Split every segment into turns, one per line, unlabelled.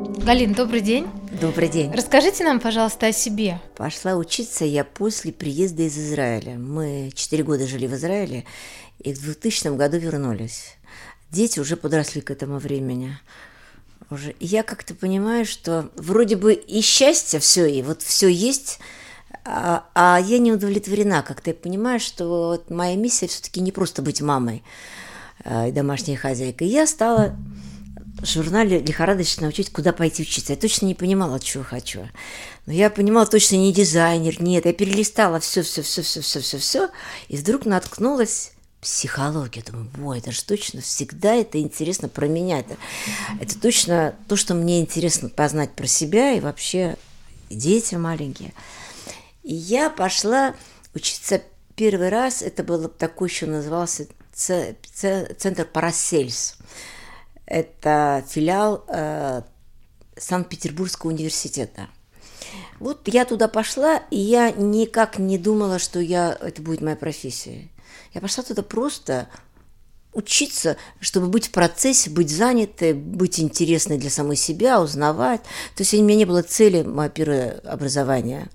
Галин, добрый день.
Добрый день.
Расскажите нам, пожалуйста, о себе.
Пошла учиться я после приезда из Израиля. Мы 4 года жили в Израиле и в 2000 году вернулись. Дети уже подросли к этому времени. И я как-то понимаю, что вроде бы и счастье все, и вот все есть, а я не удовлетворена. Как-то я понимаю, что вот моя миссия все-таки не просто быть мамой и домашней хозяйкой. Я стала в журнале лихорадочно учить, куда пойти учиться. Я точно не понимала, чего хочу. Но я понимала точно не дизайнер, нет. Я перелистала все, и вдруг наткнулась психология. Думаю, ой, это же точно всегда это интересно про меня. Это точно то, что мне интересно познать про себя и вообще дети маленькие. И я пошла учиться первый раз. Это был такой еще назывался центр Парасельс. Это филиал Санкт-Петербургского университета. Вот я туда пошла, и я никак не думала, что это будет моя профессия. Я пошла туда просто учиться, чтобы быть в процессе, быть занятой, быть интересной для самой себя, узнавать. То есть у меня не было цели, мое первое образование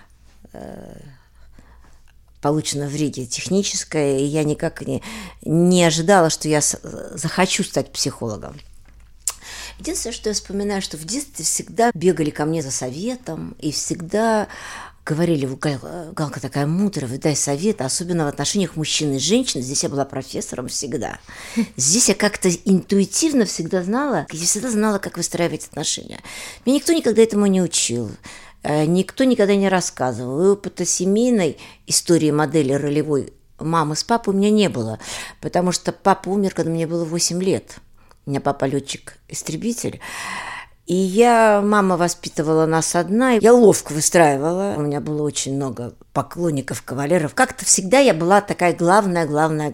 получено в Риге, техническое, и я никак не ожидала, что я захочу стать психологом. Единственное, что я вспоминаю, что в детстве всегда бегали ко мне за советом, и всегда говорили, Галка такая мудрая, дай совет, особенно в отношениях мужчин и женщин. Здесь я была профессором всегда. Здесь я как-то интуитивно всегда знала, как выстраивать отношения. Меня никто никогда этому не учил. Никто никогда не рассказывал. И опыта семейной истории модели ролевой мамы с папой у меня не было, потому что папа умер, когда мне было 8 лет. У меня папа летчик-истребитель. И мама воспитывала нас одна. Я ловко выстраивала. У меня было очень много поклонников, кавалеров. Как-то всегда я была такая главная.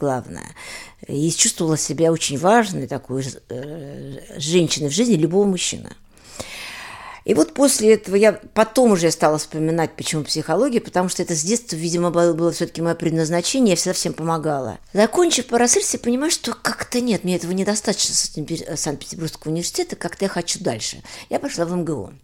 И чувствовала себя очень важной такой женщиной в жизни любого мужчины. И вот после этого потом уже стала вспоминать, почему психология, потому что это с детства, видимо, было все-таки мое предназначение, я всегда всем помогала. Закончив Парасельс, я понимаю, что как-то нет, мне этого недостаточно с Санкт-Петербургского университета, как-то я хочу дальше. Я пошла в МГУ.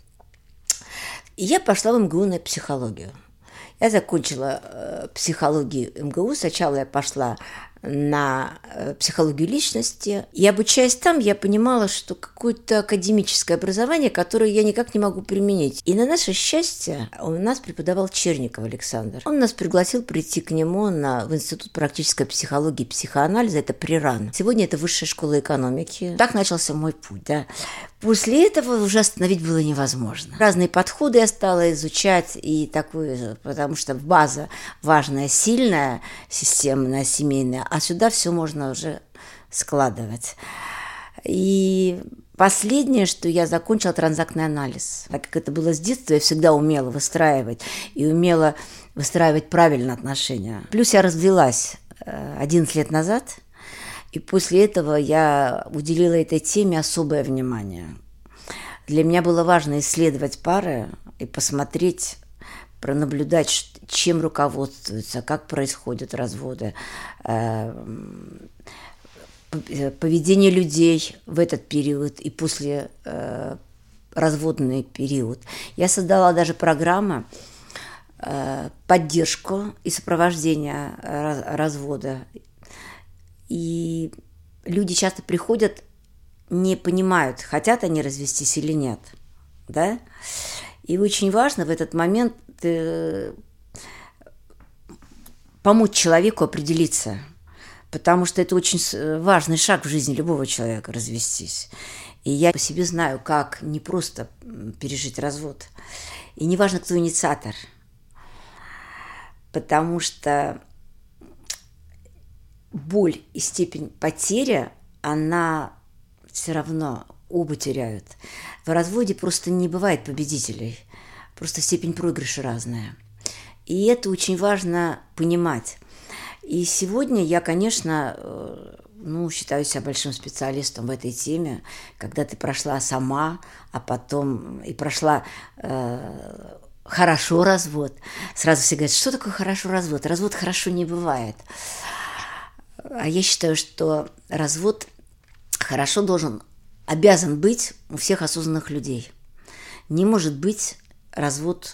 И я пошла в МГУ на психологию. Я закончила психологию МГУ. Сначала я пошла на психологию личности. И обучаясь там, я понимала, что какое-то академическое образование, которое я никак не могу применить. И на наше счастье у нас преподавал Черников Александр. Он нас пригласил прийти к нему в Институт практической психологии и психоанализа. Это при РАН. Сегодня это Высшая школа экономики. Так начался мой путь. Да. После этого уже остановить было невозможно. Разные подходы я стала изучать, потому что база важная, сильная, системная, семейная, а сюда все можно уже складывать. И последнее, что я закончила транзактный анализ. Так как это было с детства, я всегда умела выстраивать и умела выстраивать правильно отношения. Плюс я развелась 11 лет назад. И после этого я уделила этой теме особое внимание. Для меня было важно исследовать пары и посмотреть, пронаблюдать, чем руководствуются, как происходят разводы, поведение людей в этот период и после разводный период. Я создала даже программу поддержку и сопровождения развода. И люди часто приходят, не понимают, хотят они развестись или нет. Да? И очень важно в этот момент помочь человеку определиться, потому что это очень важный шаг в жизни любого человека – развестись. И я по себе знаю, как не просто пережить развод. И не важно, кто инициатор, потому что боль и степень потери, она все равно оба теряют. В разводе просто не бывает победителей, просто степень проигрыша разная. И это очень важно понимать. И сегодня я, конечно, считаю себя большим специалистом в этой теме, когда ты прошла сама, а потом и прошла хорошо развод. Сразу все говорят, что такое хорошо развод? Развод хорошо не бывает. А я считаю, что развод хорошо должен обязан быть у всех осознанных людей. Не может быть развод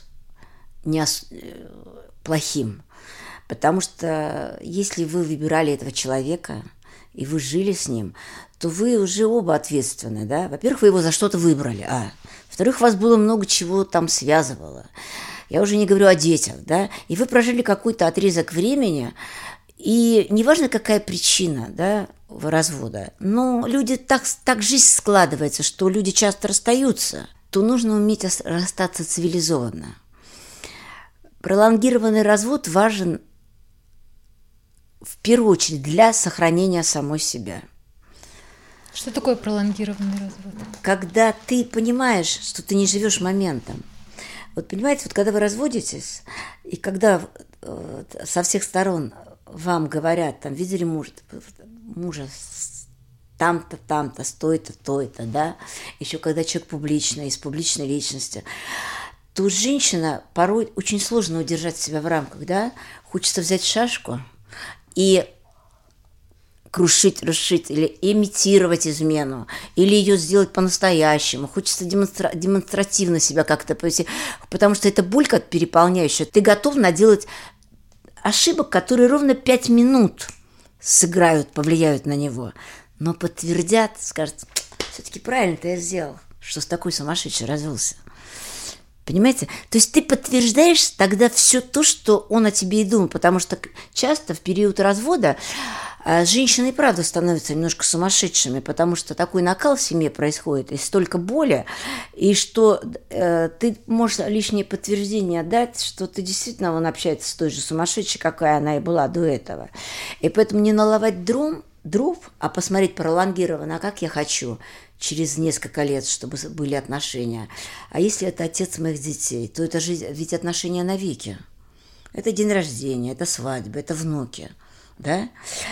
плохим. Потому что если вы выбирали этого человека, и вы жили с ним, то вы уже оба ответственны, да? Во-первых, вы его за что-то выбрали, во-вторых, вас было много чего там связывало. Я уже не говорю о детях, да? И вы прожили какой-то отрезок времени, и неважно, какая причина, да, развода, но люди так жизнь складывается, что люди часто расстаются, то нужно уметь расстаться цивилизованно. Пролонгированный развод важен в первую очередь для сохранения самой себя.
Что такое пролонгированный развод?
Когда ты понимаешь, что ты не живешь моментом. Вот понимаете, вот когда вы разводитесь, и когда со всех сторон вам говорят, там, видели мужа там-то, там-то, стой-то, то-то, да, еще когда человек публичный, из публичной личности, то женщина порой очень сложно удержать себя в рамках, да, хочется взять шашку и крушить, рушить, или имитировать измену, или ее сделать по-настоящему. Хочется демонстративно себя как-то повести, потому что это боль как переполняющая. Ты готов наделать ошибок, которые ровно 5 минут сыграют, повлияют на него, но подтвердят, скажут, все-таки правильно-то я сделал, что с такой сумасшедшей развелся. Понимаете? То есть ты подтверждаешь тогда все то, что он о тебе и думал, потому что часто в период развода женщины и правда становятся немножко сумасшедшими, потому что такой накал в семье происходит, и столько боли, и что ты можешь лишнее подтверждение дать, что ты действительно он общается с той же сумасшедшей, какая она и была до этого. И поэтому не наломать дров, а посмотреть пролонгированно, а как я хочу через несколько лет, чтобы были отношения. А если это отец моих детей, то это же ведь отношения навеки. Это день рождения, это свадьба, это внуки. Да?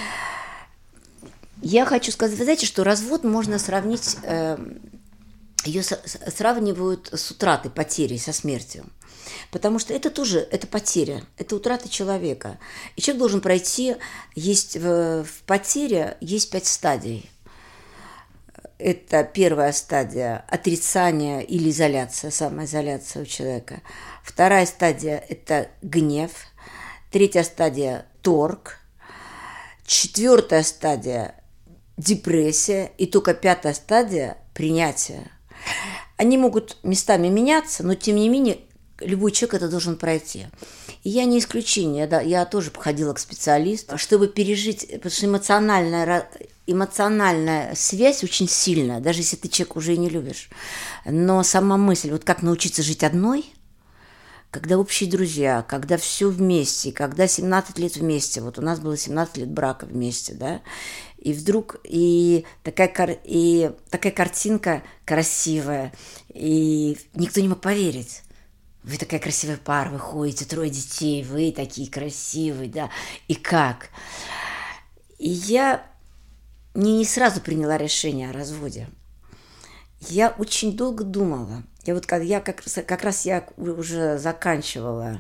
Я хочу сказать, вы знаете, что развод можно сравнить, ее сравнивают с утратой, потерей, со смертью. Потому что это тоже, это потеря, это утрата человека. И человек должен пройти, в потере есть 5 стадий. Это первая стадия – отрицание или изоляция, самоизоляция у человека. Вторая стадия – это гнев. Третья стадия – торг. Четвертая стадия – депрессия. И только 5-я стадия – принятие. Они могут местами меняться, но тем не менее любой человек это должен пройти. И я не исключение, да, я тоже ходила к специалисту, чтобы пережить, потому что эмоциональная связь очень сильная, даже если ты человека уже и не любишь. Но сама мысль, вот как научиться жить одной, когда общие друзья, когда все вместе, когда 17 лет вместе, вот у нас было 17 лет брака вместе, да, и вдруг такая картинка красивая, и никто не мог поверить. Вы такая красивая пара, вы ходите, 3 детей, вы такие красивые, да, и как? И я не сразу приняла решение о разводе. Я очень долго думала. Как раз я уже заканчивала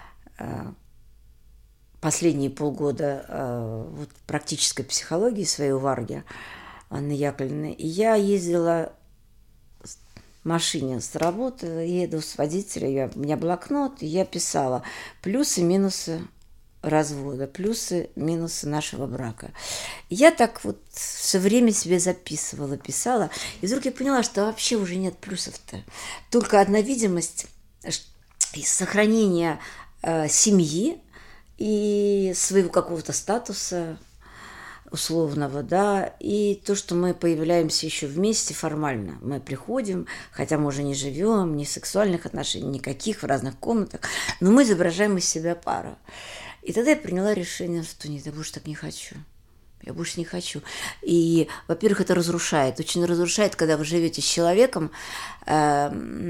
последние полгода практической психологии своей у Варги Анны Яковлевны, и я ездила в машине с работы, еду с водителем, у меня блокнот, и я писала плюсы, минусы развода, плюсы, минусы нашего брака. И я так вот все время себе записывала, писала, и вдруг я поняла, что вообще уже нет плюсов-то. Только одна видимость сохранения семьи и своего какого-то статуса условного, да, и то, что мы появляемся еще вместе формально. Мы приходим, хотя мы уже не живем, ни сексуальных отношений, никаких, в разных комнатах, но мы изображаем из себя пару. И тогда я приняла решение, что нет, я больше так не хочу. Я больше не хочу. И, во-первых, это разрушает. Очень разрушает, когда вы живете с человеком на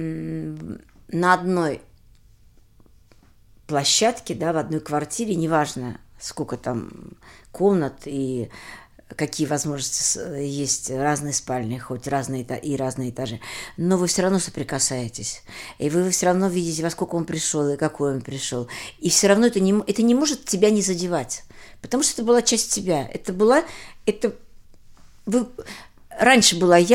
одной площадке, да, в одной квартире, неважно, сколько там комнат и какие возможности есть, разные спальни, хоть разные этажи, но вы все равно соприкасаетесь, и вы все равно видите, во сколько он пришел и какой он пришел, и все равно это не может тебя не задевать, потому что это была часть тебя, раньше была я,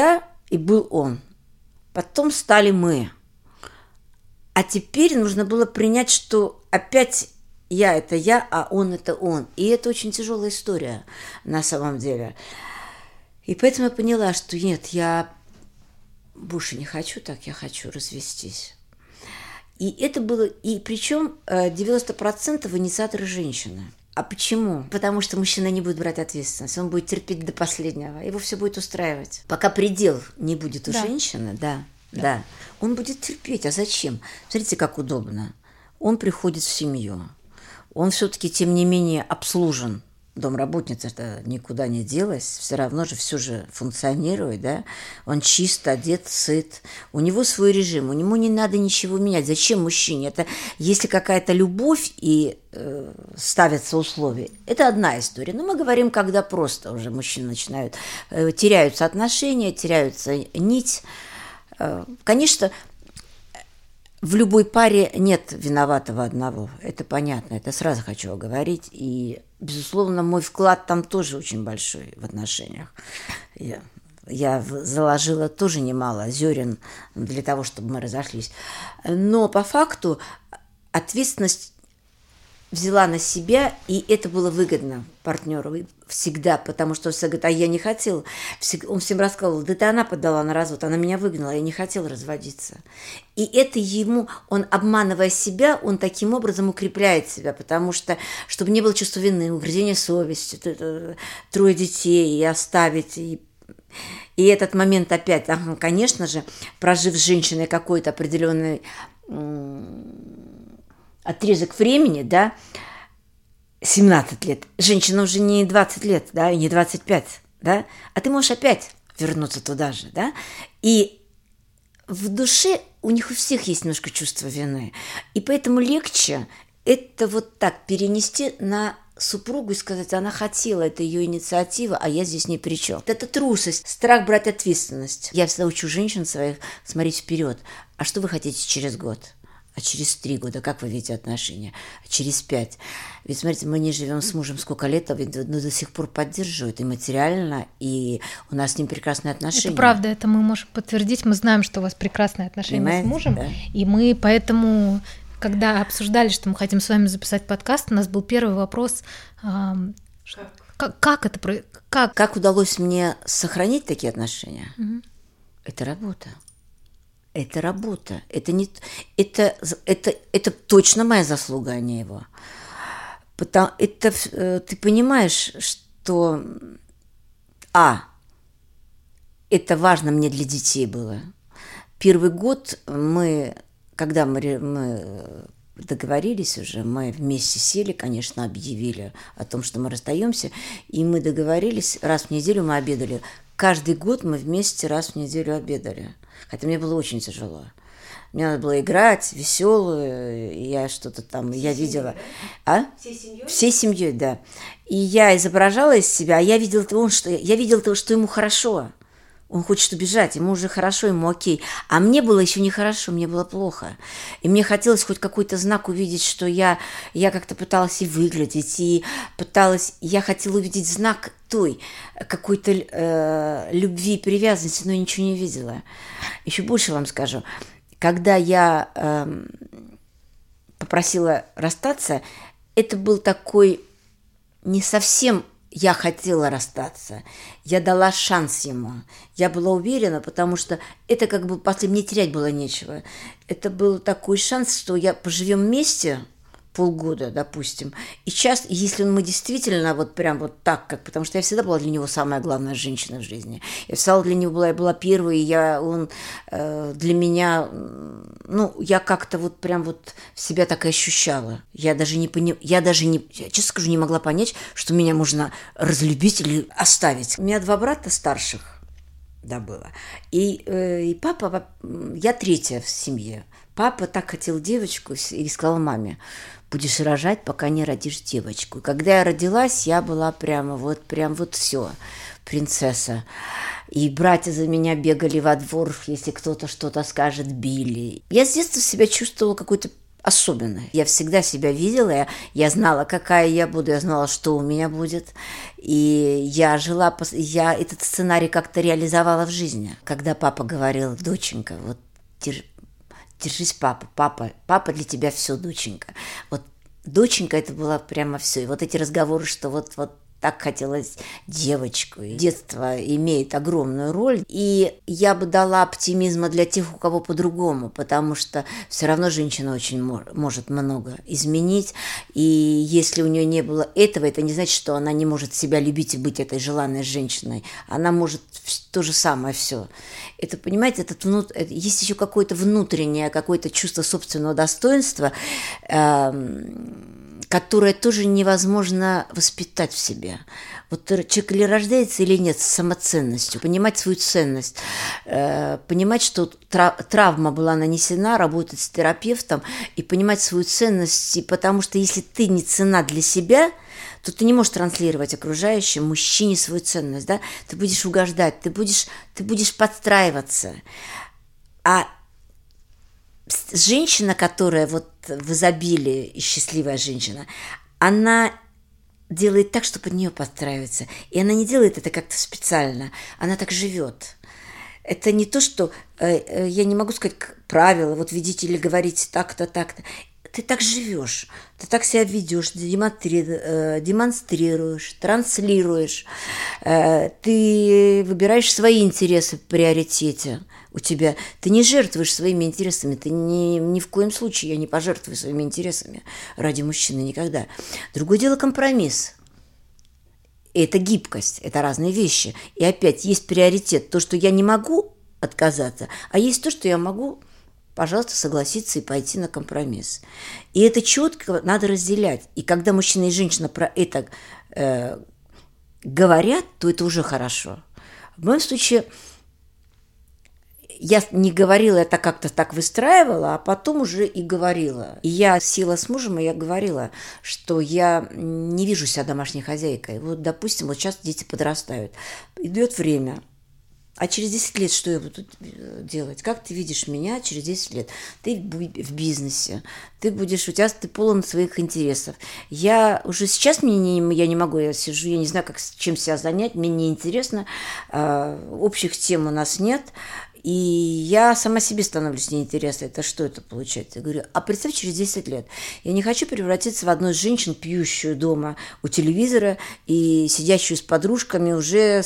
и был он. Потом стали мы. А теперь нужно было принять, что опять я – это я, а он – это он. И это очень тяжелая история на самом деле. И поэтому я поняла, что нет, я больше не хочу так, я хочу развестись. И это было, и причем 90% инициаторы женщины. А почему? Потому что мужчина не будет брать ответственность, он будет терпеть до последнего, его все будет устраивать. Пока предел не будет у женщины, да, он будет терпеть. А зачем? Смотрите, как удобно. Он приходит в семью, он все-таки, тем не менее, обслужен. Домработница-то никуда не делась, все равно же все же функционирует, да? Он чист, одет, сыт, у него свой режим, ему не надо ничего менять. Зачем мужчине? Это если какая-то любовь и ставятся условия, это одна история. Но мы говорим, когда просто уже мужчины начинают, теряются отношения, теряются нить. Конечно, в любой паре нет виноватого одного, это понятно, это сразу хочу оговорить. И, безусловно, мой вклад там тоже очень большой в отношениях. Я заложила тоже немало зерен для того, чтобы мы разошлись. Но по факту ответственность взяла на себя, и это было выгодно партнеру всегда, потому что он всегда говорит, а я не хотел. Он всем рассказывал, да это она подала на развод, она меня выгнала, я не хотел разводиться. И это ему, он, обманывая себя, он таким образом укрепляет себя, потому что, чтобы не было чувства вины, угрызения совести, 3 детей, и оставить, и этот момент опять, конечно же, прожив с женщиной какой-то определенный отрезок времени, да, 17 лет. Женщина уже не 20 лет, да, и не 25, да, а ты можешь опять вернуться туда же, да, и в душе у них у всех есть немножко чувство вины, и поэтому легче это вот так перенести на супругу и сказать, она хотела, это ее инициатива, а я здесь ни при чем. Это трусость, страх брать ответственность. Я всегда учу женщин своих смотреть вперед. А что вы хотите через год? А через 3 года как вы видите отношения? А через 5? Ведь, смотрите, мы не живем с мужем сколько лет, но до сих пор поддерживают и материально, и у нас с ним прекрасные отношения.
Это правда, это мы можем подтвердить. Мы знаем, что у вас прекрасные отношения. Понимаете, с мужем, да? И мы поэтому, когда обсуждали, что мы хотим с вами записать подкаст, у нас был первый вопрос. Как это?
Как удалось мне сохранить такие отношения?
Угу.
Это работа. Это работа. Это точно моя заслуга, а не его. Ты понимаешь, что это важно мне для детей было. Первый год когда мы договорились уже, мы вместе сели, конечно, объявили о том, что мы расстаемся, и мы договорились, раз в неделю мы обедали. Каждый год мы вместе раз в неделю обедали. Хотя мне было очень тяжело. Мне надо было играть, веселую, и я что-то там, я видела. Да? Всей семьей? Всей семьей, да. И я изображала из себя, а я видела того, что ему хорошо. Он хочет убежать, ему уже хорошо, ему окей. А мне было еще нехорошо, мне было плохо. И мне хотелось хоть какой-то знак увидеть, что я как-то пыталась и выглядеть, я хотела увидеть знак той какой-то любви и привязанности, но ничего не видела. Еще больше вам скажу. Когда я попросила расстаться, это был такой не совсем... Я хотела расстаться. Я дала шанс ему. Я была уверена, потому что это как бы после мне терять было нечего. Это был такой шанс, что поживем вместе полгода, допустим. И сейчас, если мы действительно вот прям вот так, потому что я всегда была для него самая главная женщина в жизни. Я всегда для него была первой, и он для меня, я как-то вот прям вот себя так и ощущала. Я честно скажу, не могла понять, что меня можно разлюбить или оставить. У меня 2 брата старших, да, было. И папа, я 3-я в семье. Папа так хотел девочку и сказал маме: будешь рожать, пока не родишь девочку. И когда я родилась, я была прям вот все, принцесса. И братья за меня бегали во двор, если кто-то что-то скажет, били. Я с детства себя чувствовала какой-то особенная. Я всегда себя видела, я знала, какая я буду, я знала, что у меня будет. И я этот сценарий как-то реализовала в жизни. Когда папа говорил: доченька, вот держись, папа для тебя все, доченька. Вот доченька, это было прямо все. И вот эти разговоры, что вот так хотелось девочку. И детство имеет огромную роль. И я бы дала оптимизма для тех, у кого по-другому, потому что все равно женщина очень может много изменить. И если у нее не было этого, это не значит, что она не может себя любить и быть этой желанной женщиной. Она может то же самое все. Это, понимаете, есть еще какое-то внутреннее, какое-то чувство собственного достоинства, которое тоже невозможно воспитать в себе. Вот человек или рождается, или нет, с самоценностью, понимать свою ценность, понимать, что травма была нанесена, работать с терапевтом и понимать свою ценность, потому что если ты не ценна для себя, то ты не можешь транслировать окружающим, мужчине, свою ценность, да? Ты будешь угождать, ты будешь подстраиваться. А женщина, которая вот в изобилии, и счастливая женщина, она делает так, чтобы под нее подстраиваться. И она не делает это как-то специально. Она так живет. Это не то, что я не могу сказать правила, вот ведите или говорите так-то, так-то. Ты так живешь, ты так себя ведешь, демонстрируешь, транслируешь, ты выбираешь свои интересы в приоритете у тебя. Ты не жертвуешь своими интересами, ты ни в коем случае я не пожертвую своими интересами ради мужчины никогда. Другое дело компромисс. Это гибкость, это разные вещи. И опять есть приоритет, то, что я не могу отказаться, а есть то, что я могу, пожалуйста, согласиться и пойти на компромисс. И это четко надо разделять. И когда мужчина и женщина про это говорят, то это уже хорошо. В моем случае я не говорила, это как-то так выстраивала, а потом уже и говорила. И я села с мужем, и я говорила, что я не вижу себя домашней хозяйкой. Вот, допустим, вот сейчас дети подрастают. Идет время. А через 10 лет что я буду делать? Как ты видишь меня через 10 лет? Ты в бизнесе, ты полон своих интересов. Я уже сейчас я не могу, я сижу, я не знаю, чем себя занять, мне неинтересно, общих тем у нас нет, и я сама себе становлюсь неинтересной. Это что это получается? Я говорю, а представь, через 10 лет я не хочу превратиться в одну из женщин, пьющую дома у телевизора и сидящую с подружками уже,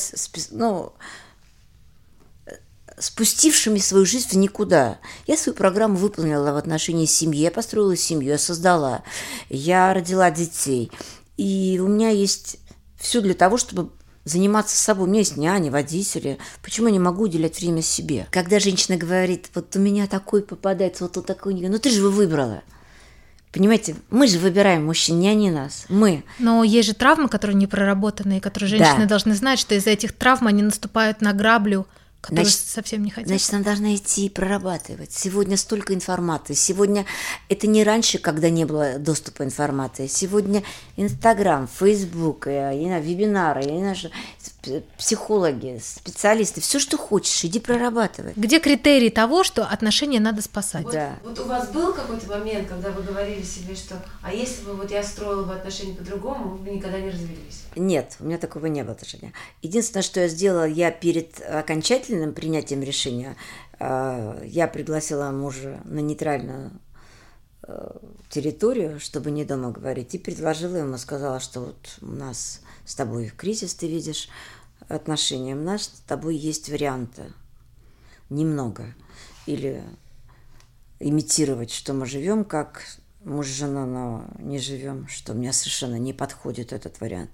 спустившими свою жизнь в никуда. Я свою программу выполнила в отношении семьи. Я построила семью, я создала. Я родила детей. И у меня есть все для того, чтобы заниматься собой. У меня есть няни, водители. Почему я не могу уделять время себе? Когда женщина говорит, вот у меня такой попадается, вот такой, ну ты же его выбрала. Понимаете, мы же выбираем мужчин, не они нас, мы.
Но есть же травмы, которые не проработаны, и которые женщины должны знать, что из-за этих травм они наступают на граблю, которую совсем не хотят.
Значит, она должна идти и прорабатывать. Сегодня столько информации. Сегодня это не раньше, когда не было доступа информации. Сегодня Инстаграм, Фейсбук, вебинары, психологи, специалисты. Все, что хочешь, иди прорабатывай.
Где критерии того, что отношения надо спасать?
Вот у вас был какой-то момент, когда вы говорили себе, что а если бы я строила бы отношения по-другому, мы бы никогда не развелись?
Нет, у меня такого не было отношения. Единственное, что я сделала, я перед окончательным принятием решения, я пригласила мужа на нейтральную территорию, чтобы не дома говорить, и предложила ему, сказала, что вот у нас с тобой кризис, ты видишь, отношения, у нас с тобой есть варианты, немного, или имитировать, что мы живем как муж и жена, но не живем, что мне совершенно не подходит этот вариант.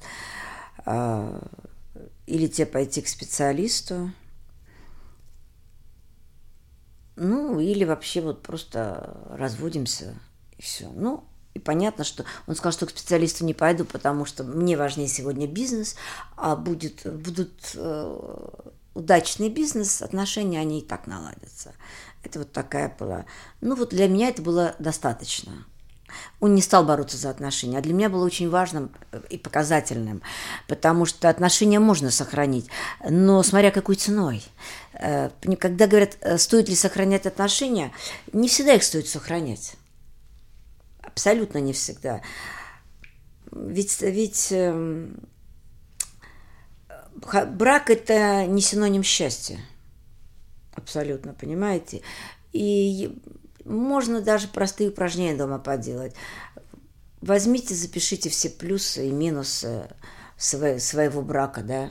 Или тебе пойти к специалисту, или вообще вот просто разводимся, и все. И понятно, что он сказал, что к специалисту не пойду, потому что мне важнее сегодня бизнес, а будут удачный бизнес, отношения, они и так наладятся. Это вот такая была. Для меня это было достаточно. Он не стал бороться за отношения, а для меня было очень важным и показательным, потому что отношения можно сохранить, но смотря какой ценой. Когда говорят, стоит ли сохранять отношения, не всегда их стоит сохранять. Абсолютно не всегда. Ведь брак – это не синоним счастья. Абсолютно, понимаете? И можно даже простые упражнения дома поделать. Возьмите, запишите все плюсы и минусы своего брака, да,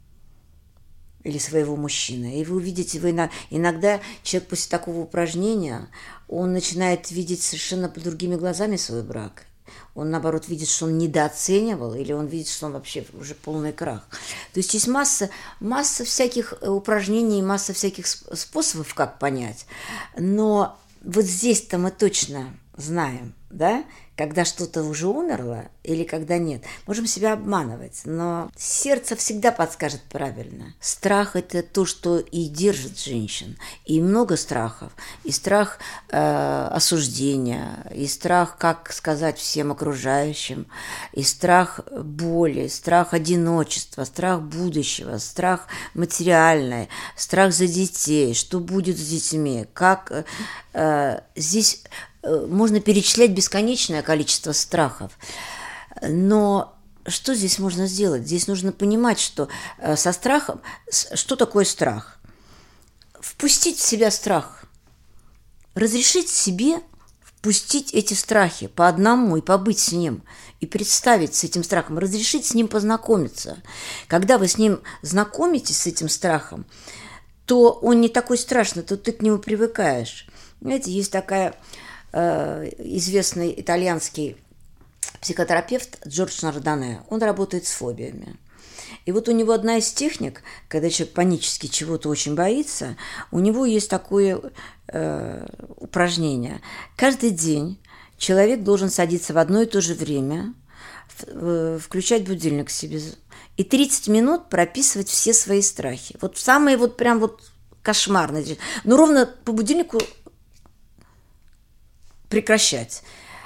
или своего мужчины. И вы увидите, иногда человек после такого упражнения, он начинает видеть совершенно под другими глазами свой брак. Он, наоборот, видит, что он недооценивал, или он видит, что он вообще уже полный крах. То есть есть масса всяких упражнений, масса всяких способов, как понять. Но вот здесь-то мы точно знаем, да, когда что-то уже умерло или когда нет. Можем себя обманывать, но сердце всегда подскажет правильно. Страх – это то, что и держит женщин. И много страхов. И страх осуждения, и страх, как сказать всем окружающим, и страх боли, страх одиночества, страх будущего, страх материальный, страх за детей, что будет с детьми, как здесь можно перечислять бесконечное количество страхов. Но что здесь можно сделать? Здесь нужно понимать, что со страхом... Что такое страх? Впустить в себя страх. Разрешить себе впустить эти страхи по одному и побыть с ним. И представить с этим страхом. Разрешить с ним познакомиться. Когда вы с ним знакомитесь, с этим страхом, то он не такой страшный, то ты к нему привыкаешь. Знаете, есть такая... известный итальянский психотерапевт Джордж Нардоне, он работает с фобиями. И вот у него одна из техник, когда человек панически чего-то очень боится, у него есть такое упражнение. Каждый день человек должен садиться в одно и то же время, включать будильник себе и 30 минут прописывать все свои страхи. Вот самые вот прям вот кошмарные. Но ровно по будильнику прекращать.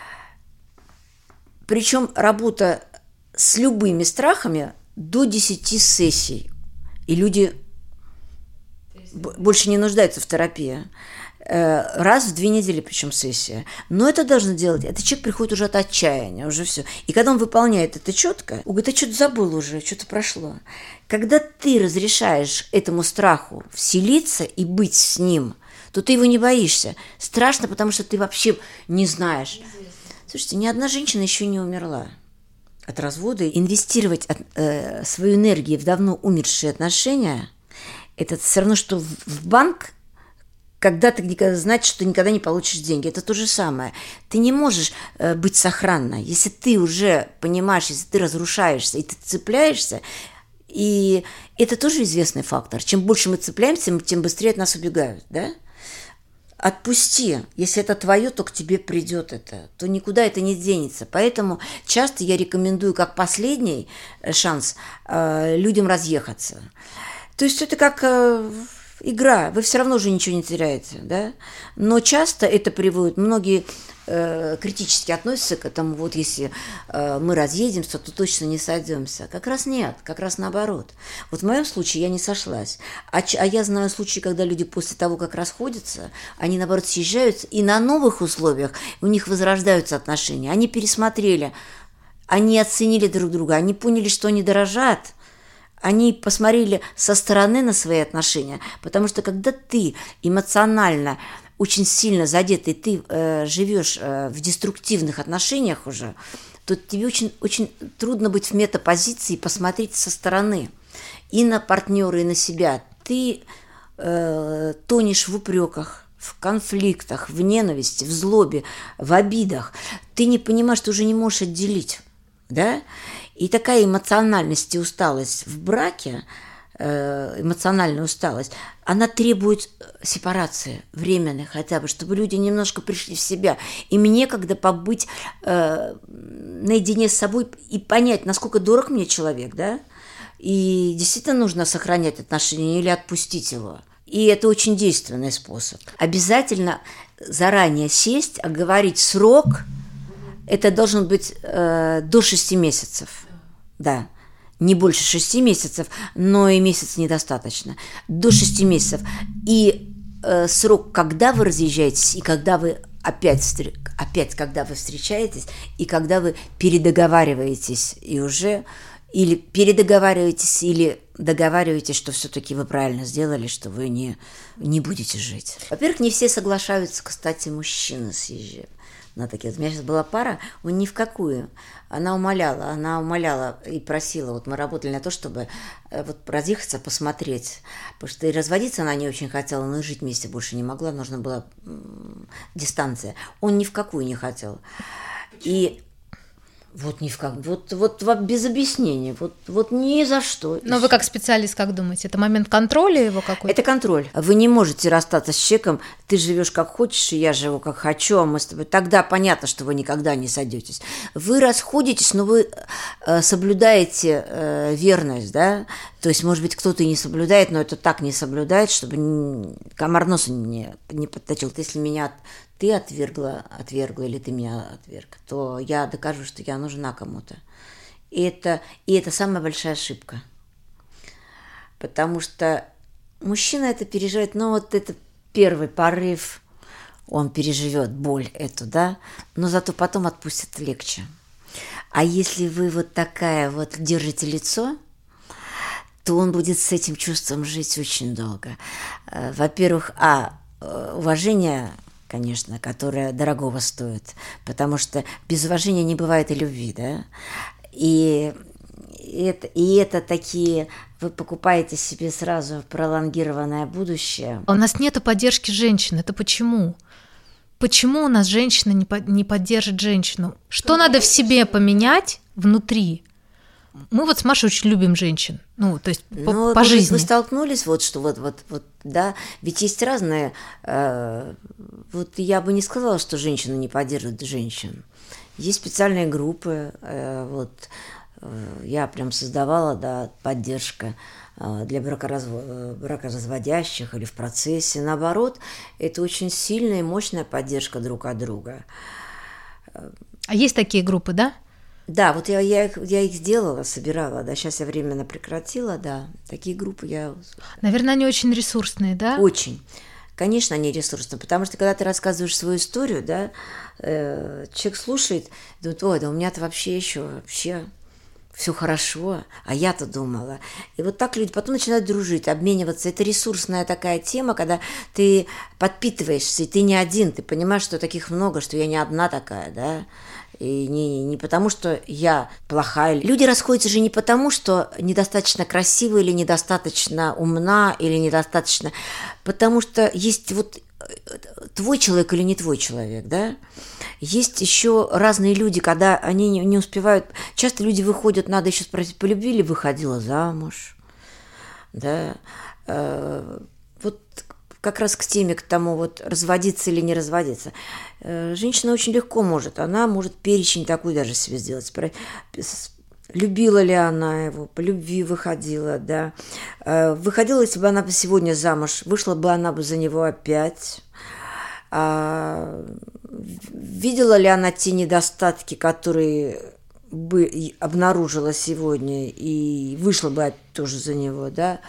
Причем работа с любыми страхами до 10 сессий. И люди больше не нуждаются в терапии. Раз в 2 недели, причем сессия. Но это должен делать. Этот человек приходит уже от отчаяния, уже все. И когда он выполняет это четко, он говорит, а что-то забыл уже, что-то прошло. Когда ты разрешаешь этому страху вселиться и быть с ним, то ты его не боишься. Страшно, потому что ты вообще не знаешь. Слушайте, ни одна женщина еще не умерла от развода. Инвестировать свою энергию в давно умершие отношения – это все равно, что в банк, когда ты знать, что ты никогда не получишь деньги. Это то же самое. Ты не можешь быть сохранной. Если ты уже понимаешь, если ты разрушаешься и ты цепляешься, и это тоже известный фактор. Чем больше мы цепляемся, тем быстрее от нас убегают, да? Отпусти. Если это твое, то к тебе придет это. То никуда это не денется. Поэтому часто я рекомендую, как последний шанс, людям разъехаться. То есть это как игра. Вы все равно уже ничего не теряете, да? Но часто это приводит... Многие критически относятся к этому. Вот если мы разъедемся, то точно не сойдемся. Как раз нет. Как раз наоборот. Вот в моем случае я не сошлась. А я знаю случаи, когда люди после того, как расходятся, они, наоборот, съезжаются, и на новых условиях у них возрождаются отношения. Они пересмотрели, они оценили друг друга, они поняли, что они дорожат, они посмотрели со стороны на свои отношения. Потому что когда ты эмоционально очень сильно задет, и ты живешь в деструктивных отношениях уже, то тебе очень, очень трудно быть в метапозиции и посмотреть со стороны и на партнера, и на себя. Ты тонешь в упреках, в конфликтах, в ненависти, в злобе, в обидах. Ты не понимаешь, ты уже не можешь отделить, да? И такая эмоциональность и усталость в браке, эмоциональная усталость, она требует сепарации временной хотя бы, чтобы люди немножко пришли в себя. Им некогда побыть наедине с собой и понять, насколько дорог мне человек, да? И действительно нужно сохранять отношения или отпустить его. И это очень действенный способ. Обязательно заранее сесть, оговорить срок. Это должен быть до 6 месяцев. Да. Не больше 6 месяцев, но и месяц недостаточно. До 6 месяцев. И срок, когда вы разъезжаетесь и когда вы опять, когда вы встречаетесь, и когда вы передоговариваетесь, и уже или передоговариваетесь, или договариваетесь, что все-таки вы правильно сделали, что вы не будете жить. Во-первых, не все соглашаются, кстати, мужчины съезжают на такие. Вот у меня сейчас была пара, он ни в какую. Она умоляла и просила. Вот мы работали на то, чтобы вот разъехаться, посмотреть. Потому что и разводиться она не очень хотела, но и жить вместе больше не могла. Нужна была дистанция. Он ни в какую не хотел. И вот ни в как, вот без объяснений, вот ни за что.
Но вы как специалист, как думаете, это момент контроля его какой-то?
Это контроль. Вы не можете расстаться с человеком, ты живешь как хочешь, и я живу как хочу, а мы с тобой. Тогда понятно, что вы никогда не сойдетесь. Вы расходитесь, но вы соблюдаете верность, да? То есть, может быть, кто-то и не соблюдает, но это так не соблюдает, чтобы комар носа не подточил. Если меня ты отвергла, или ты меня отверг, то я докажу, что я нужна кому-то. И это самая большая ошибка. Потому что мужчина это переживает, вот это первый порыв, он переживет боль эту, да, но зато потом отпустит легче. А если вы вот такая вот держите лицо, то он будет с этим чувством жить очень долго. Во-первых, уважение, конечно, которое дорогого стоит, потому что без уважения не бывает и любви, да, и это такие, вы покупаете себе сразу пролонгированное будущее.
У нас нет поддержки женщин, это почему? Почему у нас женщина не поддержит женщину? Что надо в себе поменять внутри? Мы вот с Машей очень любим женщин, то есть по жизни.
Вы столкнулись, да, ведь есть разные, я бы не сказала, что женщины не поддерживают женщин. Есть специальные группы, я прям создавала, да, поддержка для бракоразводящих или в процессе. Наоборот, это очень сильная и мощная поддержка друг от друга.
А есть такие группы, да?
Да, вот я их сделала, собирала, да, сейчас я временно прекратила, да, такие группы я...
Наверное, они очень ресурсные, да?
Очень. Конечно, они ресурсные, потому что когда ты рассказываешь свою историю, да, человек слушает, думает, ой, да у меня-то вообще все хорошо, а я-то думала. И вот так люди потом начинают дружить, обмениваться. Это ресурсная такая тема, когда ты подпитываешься, и ты не один, ты понимаешь, что таких много, что я не одна такая, да. И не потому, что я плохая. Люди расходятся же не потому, что недостаточно красивая или недостаточно умна, или недостаточно... Потому что есть твой человек или не твой человек, да? Есть еще разные люди, когда они не успевают... Часто люди выходят, надо еще спросить, по любви ли выходила замуж, да? Как раз к теме, к тому, разводиться или не разводиться. Женщина очень легко она может перечень такой даже себе сделать. Любила ли она его, по любви выходила, да. Выходила, если бы она бы сегодня замуж, вышла бы она бы за него опять. Видела ли она те недостатки, которые бы обнаружила сегодня, и вышла бы тоже за него, да.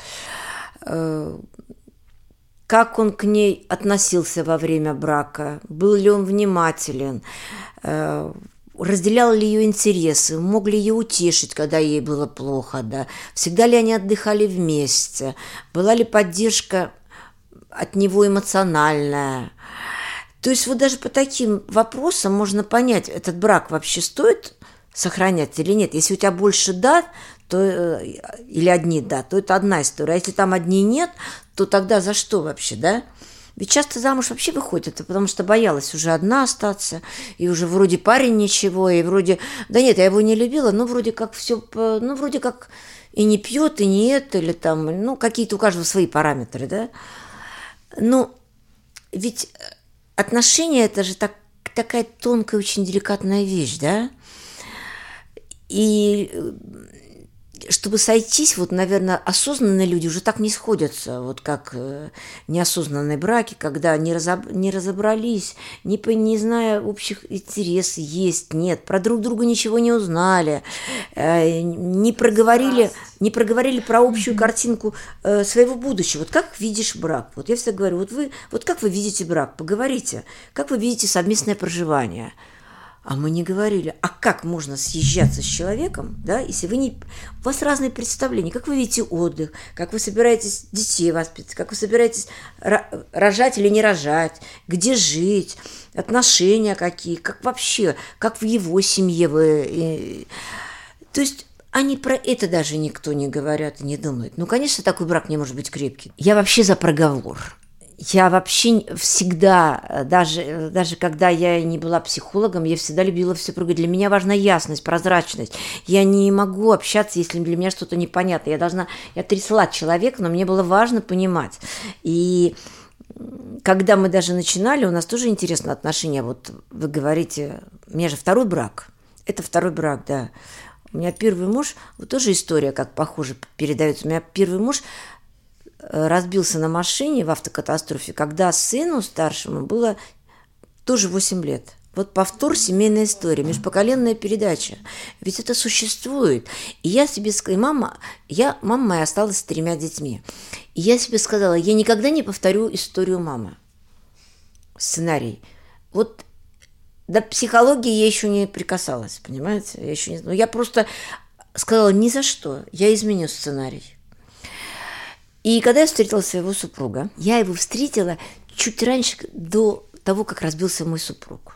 Как он к ней относился во время брака, был ли он внимателен, разделял ли ее интересы, мог ли ее утешить, когда ей было плохо, да? Всегда ли они отдыхали вместе, была ли поддержка от него эмоциональная. То есть даже по таким вопросам можно понять, этот брак вообще стоит сохранять или нет. Если у тебя больше «да», или одни «да», то это одна история. А если там одни «нет», то тогда за что вообще, да? Ведь часто замуж вообще выходит, потому что боялась уже одна остаться, и уже вроде парень ничего, и вроде... Да нет, я его не любила, но вроде как все... вроде как и не пьет, и не это, или там... какие-то у каждого свои параметры, да? Ведь отношения – это же такая тонкая, очень деликатная вещь, да? И чтобы сойтись, вот, наверное, осознанные люди уже так не сходятся, вот как неосознанные браки, когда не разобрались, не зная общих интересов, есть, нет, про друг друга ничего не узнали, не проговорили про общую картинку своего будущего. Вот как видишь брак? Вот я всегда говорю, вот как вы видите брак? Поговорите. Как вы видите совместное проживание? А мы не говорили, а как можно съезжаться с человеком, да, если у вас разные представления, как вы видите отдых, как вы собираетесь детей воспитывать, как вы собираетесь рожать или не рожать, где жить, отношения какие, как вообще, как в его семье вы... То есть они про это даже никто не говорят и не думает. Ну, конечно, такой брак не может быть крепкий. Я вообще за проговор. Я вообще всегда, даже когда я не была психологом, я всегда любила все проговорить. Для меня важна ясность, прозрачность. Я не могу общаться, если для меня что-то непонятно. Я трясла человека, но мне было важно понимать. И когда мы даже начинали, у нас тоже интересные отношения. Вот вы говорите, у меня же второй брак. Это второй брак, да. У меня первый муж, вот тоже история, как похоже передается. У меня первый муж разбился на машине в автокатастрофе, когда сыну старшему было тоже 8 лет. Вот повтор семейной истории, межпоколенная передача. Ведь это существует. И я себе сказала, мама моя осталась с 3 детьми. И я себе сказала, я никогда не повторю историю мамы. Сценарий. Вот до психологии я еще не прикасалась, понимаете? Я просто сказала, ни за что, я изменю сценарий. И когда я встретила своего супруга, я его встретила чуть раньше, до того, как разбился мой супруг.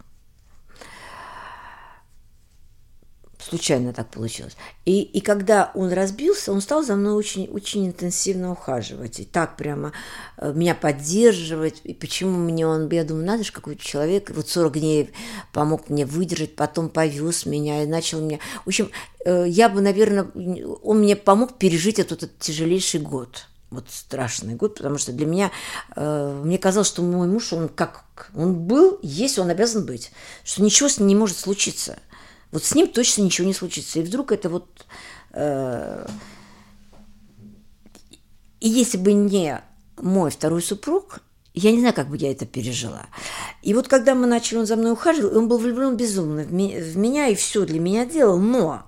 Случайно так получилось. И когда он разбился, он стал за мной очень, очень интенсивно ухаживать. И так прямо меня поддерживать. И почему я думаю, надо же, какой-то человек. Вот 40 дней помог мне выдержать, потом повез меня и начал меня... В общем, он мне помог пережить этот тяжелейший год. Вот страшный год, потому что для меня, мне казалось, что мой муж, он был, есть, он обязан быть, что ничего с ним не может случиться. Вот с ним точно ничего не случится. И вдруг это вот... И если бы не мой второй супруг, я не знаю, как бы я это пережила. И вот когда он за мной ухаживал, он был влюблен безумно в меня и все для меня делал, но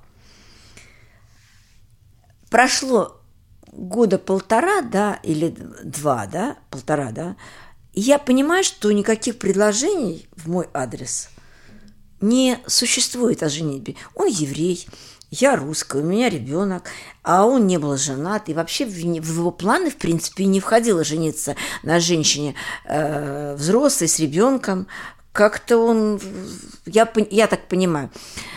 прошло года 1,5, да, или 2, да, 1,5, да, и я понимаю, что никаких предложений в мой адрес не существует о женитьбе. Он еврей, я русская, у меня ребенок, а он не был женат, и вообще в его планы, в принципе, не входило жениться на женщине взрослой, с ребенком. Как-то я так понимаю.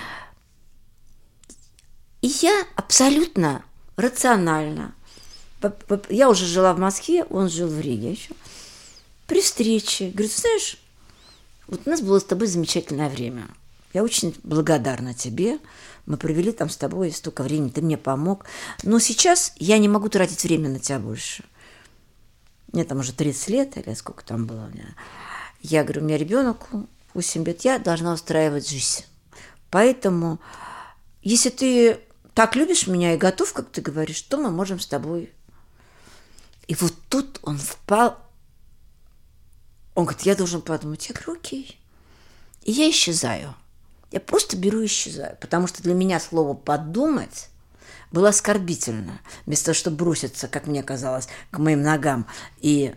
И я абсолютно рационально, я уже жила в Москве, он жил в Риге еще, при встрече, говорит, знаешь, вот у нас было с тобой замечательное время. Я очень благодарна тебе. Мы провели там с тобой столько времени, ты мне помог. Но сейчас я не могу тратить время на тебя больше. Мне там уже 30 лет, или сколько там было у меня. Я говорю, у меня ребенок 8 лет, я должна устраивать жизнь. Поэтому, если ты так любишь меня и готов, как ты говоришь, то мы можем с тобой. И вот тут он впал. Он говорит, я должен подумать. Я говорю, окей. И я исчезаю. Я просто беру и исчезаю. Потому что для меня слово «подумать» было оскорбительно. Вместо того, чтобы броситься, как мне казалось, к моим ногам. И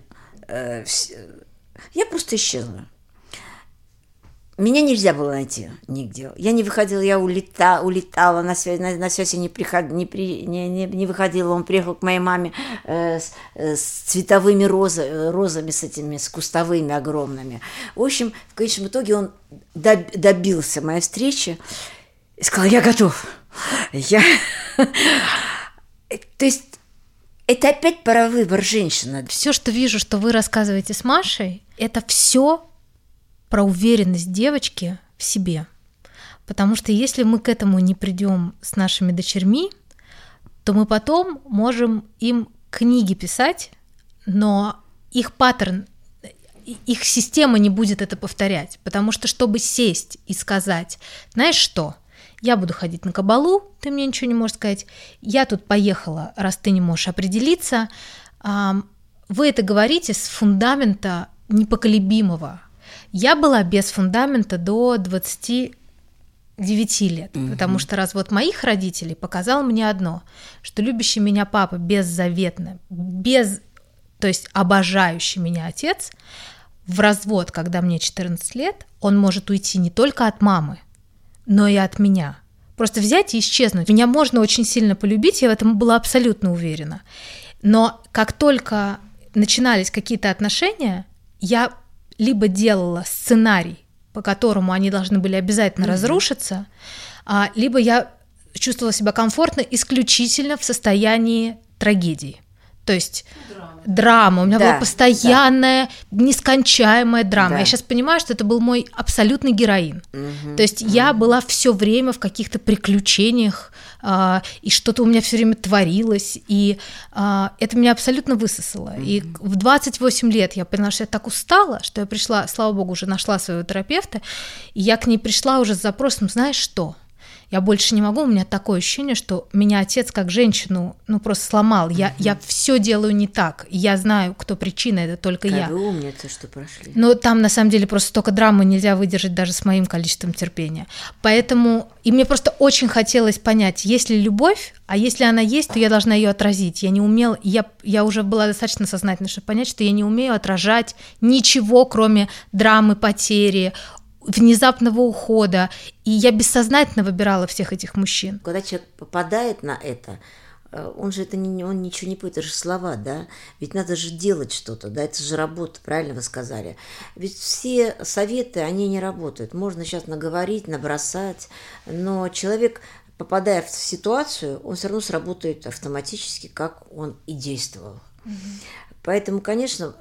я просто исчезла. Меня нельзя было найти нигде. Я не выходила, я улетала, на связь я не выходила. Он приехал к моей маме с цветовыми розами, с кустовыми огромными. В общем, в конечном итоге он добился моей встречи и сказал, я готов. То есть это опять про выбор женщины.
Все, что вижу, что вы рассказываете с Машей, это все про уверенность девочки в себе. Потому что если мы к этому не придем с нашими дочерьми, то мы потом можем им книги писать, но их паттерн, их система не будет это повторять. Потому что чтобы сесть и сказать, знаешь что, я буду ходить на кабалу, ты мне ничего не можешь сказать, я тут поехала, раз ты не можешь определиться. Вы это говорите с фундамента непоколебимого. Я была без фундамента до 29 лет, потому что развод моих родителей показал мне одно, что любящий меня папа беззаветно, то есть обожающий меня отец, в развод, когда мне 14 лет, он может уйти не только от мамы, но и от меня. Просто взять и исчезнуть. Меня можно очень сильно полюбить, я в этом была абсолютно уверена. Но как только начинались какие-то отношения, я либо делала сценарий, по которому они должны были обязательно разрушиться, либо я чувствовала себя комфортно исключительно в состоянии трагедии. То есть драма. У меня была постоянная, нескончаемая драма. Я сейчас понимаю, что это был мой абсолютный героин. То есть я была все время в каких-то приключениях, и что-то у меня все время творилось, и это меня абсолютно высосало. И в 28 лет я поняла, что я так устала, что я пришла, слава богу, уже нашла своего терапевта, и я к ней пришла уже с запросом, знаешь что? Я больше не могу, у меня такое ощущение, что меня отец как женщину, просто сломал. Я все делаю не так. Я знаю, кто причина, это только я.
Вы умница, что прошли.
Но там на самом деле просто столько драмы нельзя выдержать даже с моим количеством терпения. Поэтому, и мне просто очень хотелось понять, есть ли любовь, а если она есть, то я должна ее отразить. Я не умела, я уже была достаточно сознательна, чтобы понять, что я не умею отражать ничего, кроме драмы, потери, внезапного ухода, и я бессознательно выбирала всех этих мужчин.
Когда человек попадает на это, он же он ничего не поет, это же слова, да, ведь надо же делать что-то, да, это же работа, правильно вы сказали. Ведь все советы, они не работают, можно сейчас наговорить, набросать, но человек, попадая в ситуацию, он все равно сработает автоматически, как он и действовал. Поэтому, конечно,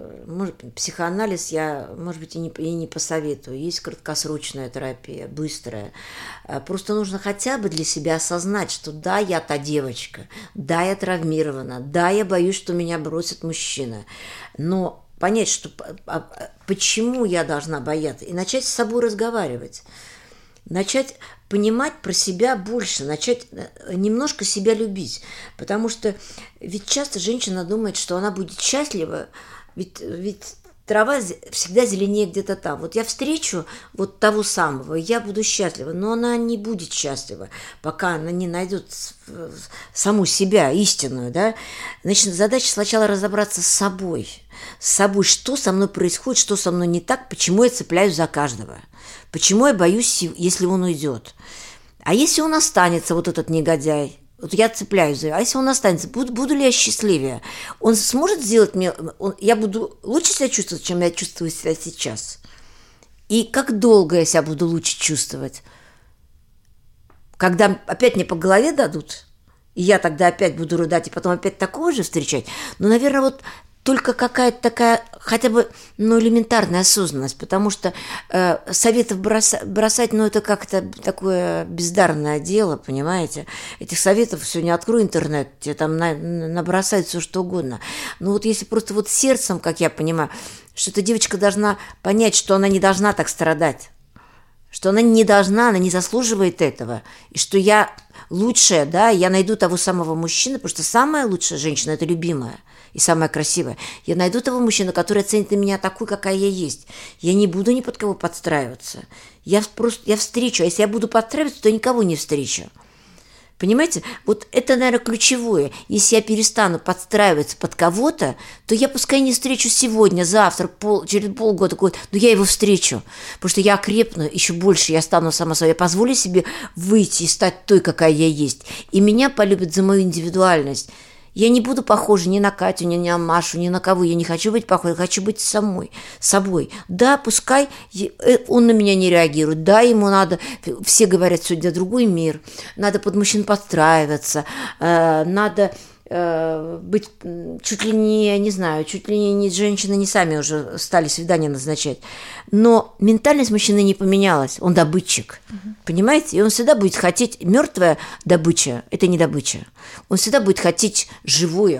психоанализ я, может быть, и не посоветую. Есть краткосрочная терапия, быстрая. Просто нужно хотя бы для себя осознать, что да, я та девочка, да, я травмирована, да, я боюсь, что меня бросит мужчина. Но понять, что почему я должна бояться, и начать с собой разговаривать. Начать понимать про себя больше, начать немножко себя любить. Потому что ведь часто женщина думает, что она будет счастлива, ведь трава всегда зеленее где-то там. Вот я встречу вот того самого, я буду счастлива, но она не будет счастлива, пока она не найдет саму себя, истинную. Да? Значит, задача сначала разобраться с собой, что со мной происходит, что со мной не так, почему я цепляюсь за каждого. Почему я боюсь, если он уйдет? А если он останется, вот этот негодяй? Вот я цепляюсь за него. А если он останется, буду ли я счастливее? Он сможет сделать мне... Я буду лучше себя чувствовать, чем я чувствую себя сейчас? И как долго я себя буду лучше чувствовать? Когда опять мне по голове дадут, и я тогда опять буду рыдать, и потом опять такого же встречать? Ну, наверное, вот только какая-то такая, хотя бы, элементарная осознанность, потому что советов бросать, это как-то такое бездарное дело, понимаете? Этих советов сегодня открой интернет, тебе там набросают все что угодно. Но вот если просто вот сердцем, как я понимаю, что эта девочка должна понять, что она не должна так страдать, что она не должна, она не заслуживает этого, и что я лучшая, да, я найду того самого мужчину, потому что самая лучшая женщина – это любимая. И самое красивое. Я найду того мужчину, который оценит меня такой, какая я есть. Я не буду ни под кого подстраиваться. Я встречу. А если я буду подстраиваться, то никого не встречу. Понимаете? Вот это, наверное, ключевое. Если я перестану подстраиваться под кого-то, то я пускай не встречу сегодня, завтра, через полгода, но я его встречу. Потому что я окрепну еще больше, я стану сама собой. Я позволю себе выйти и стать той, какая я есть. И меня полюбят за мою индивидуальность. Я не буду похожа ни на Катю, ни на Машу, ни на кого. Я не хочу быть похожей, я хочу быть собой. Да, пускай он на меня не реагирует. Да, ему надо, все говорят, сегодня другой мир. Надо под мужчин подстраиваться. Надо быть чуть ли не женщины не сами уже стали свидания назначать. Но ментальность мужчины не поменялась. Он добытчик. Понимаете? И он всегда будет хотеть... Мертвая добыча – это не добыча. Он всегда будет хотеть живую.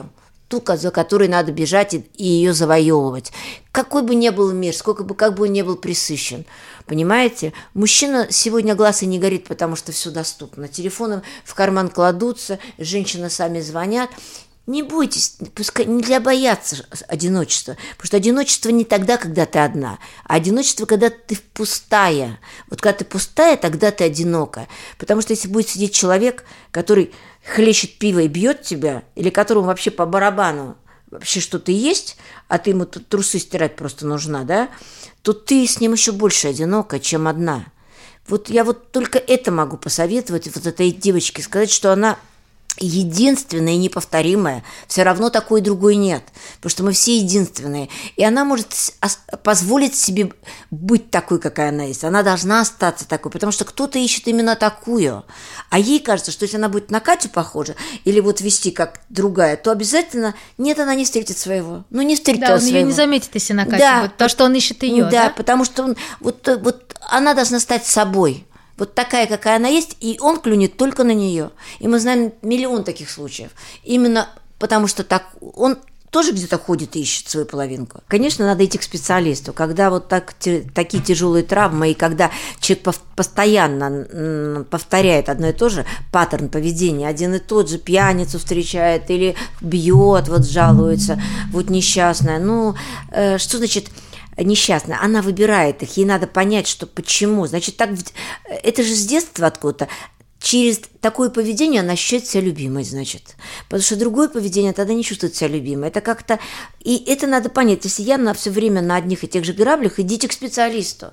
ту, за которой надо бежать и ее завоевывать. Какой бы ни был мир, как бы он ни был пресыщен. Понимаете? Мужчина сегодня глаз и не горит, потому что все доступно. Телефоны в карман кладутся, женщины сами звонят. Не бойтесь, пускай нельзя бояться одиночества, потому что одиночество не тогда, когда ты одна, а одиночество, когда ты пустая. Вот когда ты пустая, тогда ты одинока. Потому что если будет сидеть человек, который хлещет пиво и бьет тебя, или которому вообще по барабану вообще что-то есть, а ты ему трусы стирать просто нужна, да, то ты с ним еще больше одинока, чем одна. Вот я вот только это могу посоветовать вот этой девочке, сказать, что она единственная и неповторимая, все равно такой другой нет, потому что мы все единственные, и она может позволить себе быть такой, какая она есть, она должна остаться такой, потому что кто-то ищет именно такую, а ей кажется, что если она будет на Катю похожа, или вот вести как другая, то обязательно, нет, она не встретит своего, не встретила
да, он
своего.
ее не заметит, если на Катю будет, потому что он ищет ее,
да? Потому что вот она должна стать собой. Вот такая, какая она есть, и он клюнет только на нее. И мы знаем миллион таких случаев. Именно потому что так он тоже где-то ходит и ищет свою половинку. Конечно, надо идти к специалисту. Когда вот такие тяжелые травмы, и когда человек постоянно повторяет одно и то же, паттерн поведения, один и тот же, пьяницу встречает или бьет, вот жалуется, вот несчастная. Что значит несчастная? Она выбирает их, ей надо понять, что почему. Значит, так это же с детства откуда-то. Через такое поведение она ощущает себя любимой, значит. Потому что другое поведение тогда не чувствует себя любимой. Это как-то... И это надо понять. Если я все время на одних и тех же граблях, идите к специалисту.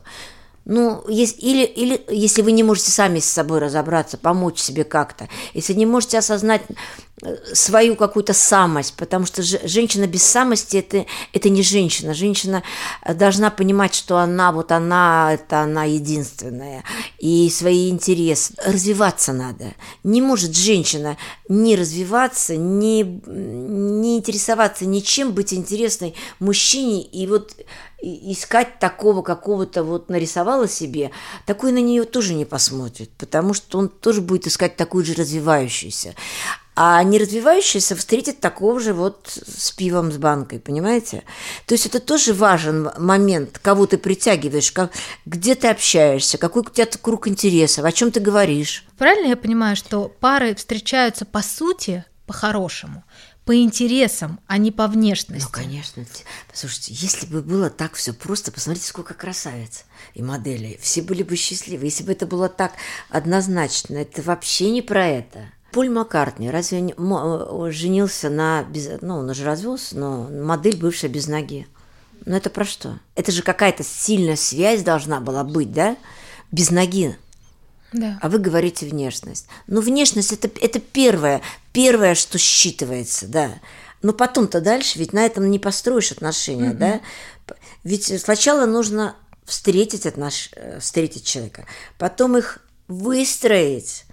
Или если вы не можете сами с собой разобраться, помочь себе как-то, если не можете осознать свою какую-то самость, потому что женщина без самости это не женщина. Женщина должна понимать, что она единственная, и свои интересы. Развиваться надо. Не может женщина не развиваться, не интересоваться ничем, быть интересной мужчине, и вот искать такого какого-то нарисовала себе, такой на нее тоже не посмотрит, потому что он тоже будет искать такую же развивающуюся. А не развивающаяся встретит такого же с пивом, с банкой, понимаете? То есть это тоже важен момент, кого ты притягиваешь, где ты общаешься, какой у тебя круг интересов, о чем ты говоришь.
Правильно я понимаю, что пары встречаются по сути, по-хорошему, по интересам, а не по внешности?
Конечно. Послушайте, если бы было так все просто, посмотрите, сколько красавиц и моделей. Все были бы счастливы. Если бы это было так однозначно, это вообще не про это. Поль Маккартни разве женился он уже развелся, но модель бывшая без ноги. Это про что? Это же какая-то сильная связь должна была быть, да? Без ноги.
Да.
А вы говорите внешность. Внешность это первое, что считывается, да. Но потом-то дальше, ведь на этом не построишь отношения, да? Ведь сначала нужно встретить человека, потом их выстроить,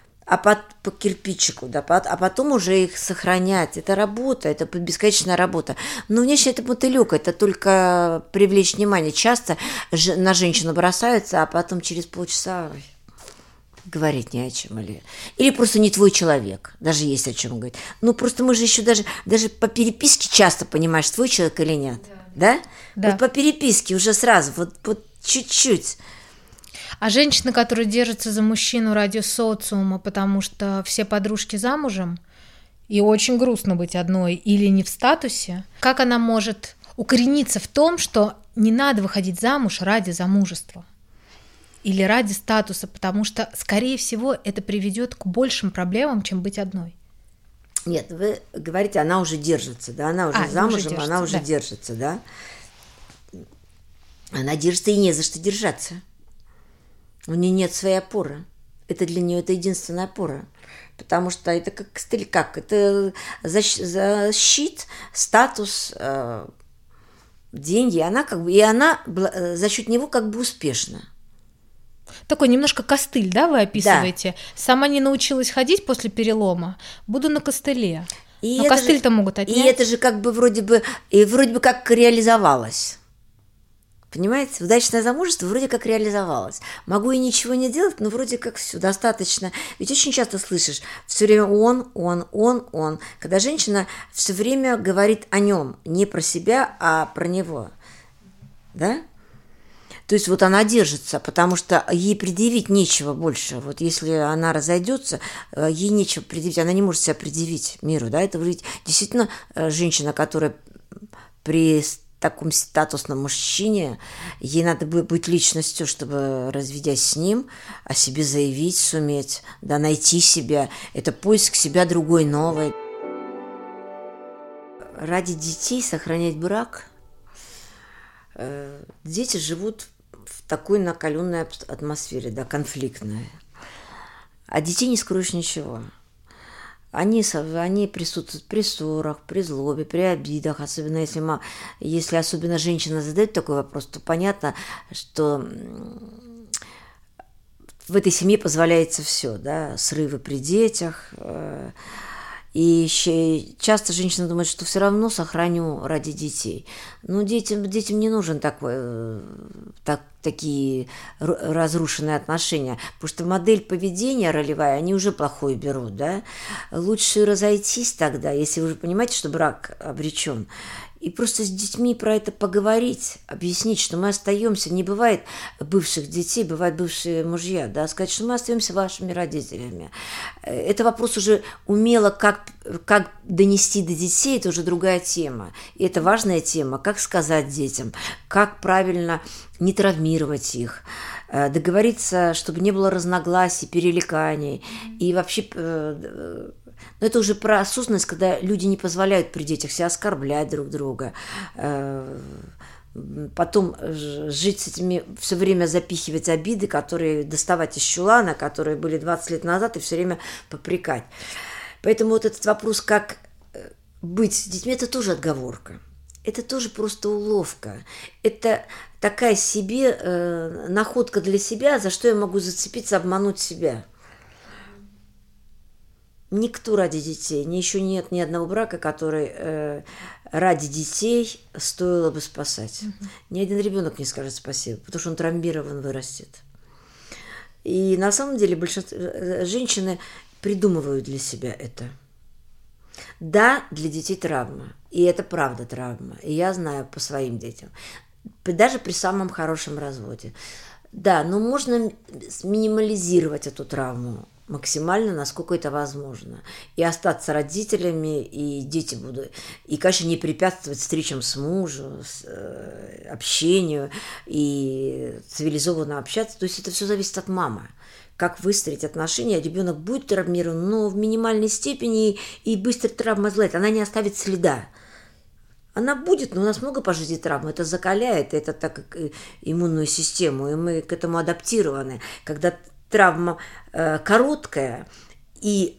по кирпичику, да, а потом уже их сохранять. Это работа, это бесконечная работа. Но внешне это мотылёк, это только привлечь внимание. Часто на женщину бросаются, а потом через полчаса говорить не о чем. Или просто не твой человек, даже есть о чем говорить. Просто мы же еще даже по переписке часто понимаешь, твой человек или нет. Да?
Да.
Вот по переписке уже сразу, вот чуть-чуть.
А женщина, которая держится за мужчину ради социума, потому что все подружки замужем, и очень грустно быть одной или не в статусе, как она может укорениться в том, что не надо выходить замуж ради замужества или ради статуса, потому что, скорее всего, это приведет к большим проблемам, чем быть одной?
Нет, вы говорите, она уже держится, да, она уже замужем, она уже держится, да. Она держится, и не за что держаться. У нее нет своей опоры. Это для нее единственная опора. Потому что это как это защит, статус, деньги. Она за счет него успешна.
Такой немножко костыль, да, вы описываете? Да. Сама не научилась ходить после перелома, буду на костыле. Но костыль-то могут отнять.
И это же вроде бы как реализовалось. Понимаете? Удачное замужество вроде как реализовалось. Могу и ничего не делать, но вроде как все достаточно. Ведь очень часто слышишь все время он. Когда женщина все время говорит о нем, не про себя, а про него. Да? То есть вот она держится, потому что ей предъявить нечего больше. Вот если она разойдется, ей нечего предъявить, она не может себя предъявить миру. Да? Это ведь действительно женщина, которая при таком статусном мужчине, ей надо быть личностью, чтобы, разведясь с ним, о себе заявить, суметь, да, найти себя. Это поиск себя другой, новой. Ради детей сохранять брак. Дети живут в такой накаленной атмосфере, да, конфликтной. А детей не скроешь ничего. Они присутствуют при ссорах, при злобе, при обидах. Особенно если особенно женщина задает такой вопрос, то понятно, что в этой семье позволяется все, да, срывы при детях. И часто женщина думает, что все равно сохраню ради детей. Но детям не нужен такие разрушенные отношения, потому что модель поведения ролевая, они уже плохое берут, да. Лучше разойтись тогда, если вы понимаете, что брак обречен, и просто с детьми про это поговорить, объяснить, что мы остаемся. Не бывает бывших детей, бывают бывшие мужья, да, сказать, что мы остаемся вашими родителями. Это вопрос уже умело, как донести до детей, это уже другая тема. И это важная тема, как сказать детям, как правильно не травмировать их, договориться, чтобы не было разногласий, переликаний. И вообще, но это уже про осознанность, когда люди не позволяют при детях себя оскорблять друг друга, потом жить с этими, все время запихивать обиды, которые доставать из чулана, которые были 20 лет назад, и все время попрекать. Поэтому вот этот вопрос, как быть с детьми, это тоже отговорка. Это тоже просто уловка. Это такая себе находка для себя, за что я могу зацепиться, обмануть себя. Никто ради детей, еще нет ни одного брака, который ради детей стоило бы спасать. Ни один ребенок не скажет спасибо, потому что он травмирован вырастет. И на самом деле большинство женщины придумывают для себя это. Да, для детей травма. И это правда травма. И я знаю по своим детям. Даже при самом хорошем разводе. Да, но можно минимализировать эту травму максимально, насколько это возможно. И остаться родителями, и дети будут. И, конечно, не препятствовать встречам с мужем, общению, и цивилизованно общаться. То есть это все зависит от мамы. Как выстроить отношения, ребенок будет травмирован, но в минимальной степени, и быстро травма изгладит. Она не оставит следа. Она будет, но у нас много по жизни травм. Это закаляет, это так как иммунную систему, и мы к этому адаптированы. Когда травма короткая и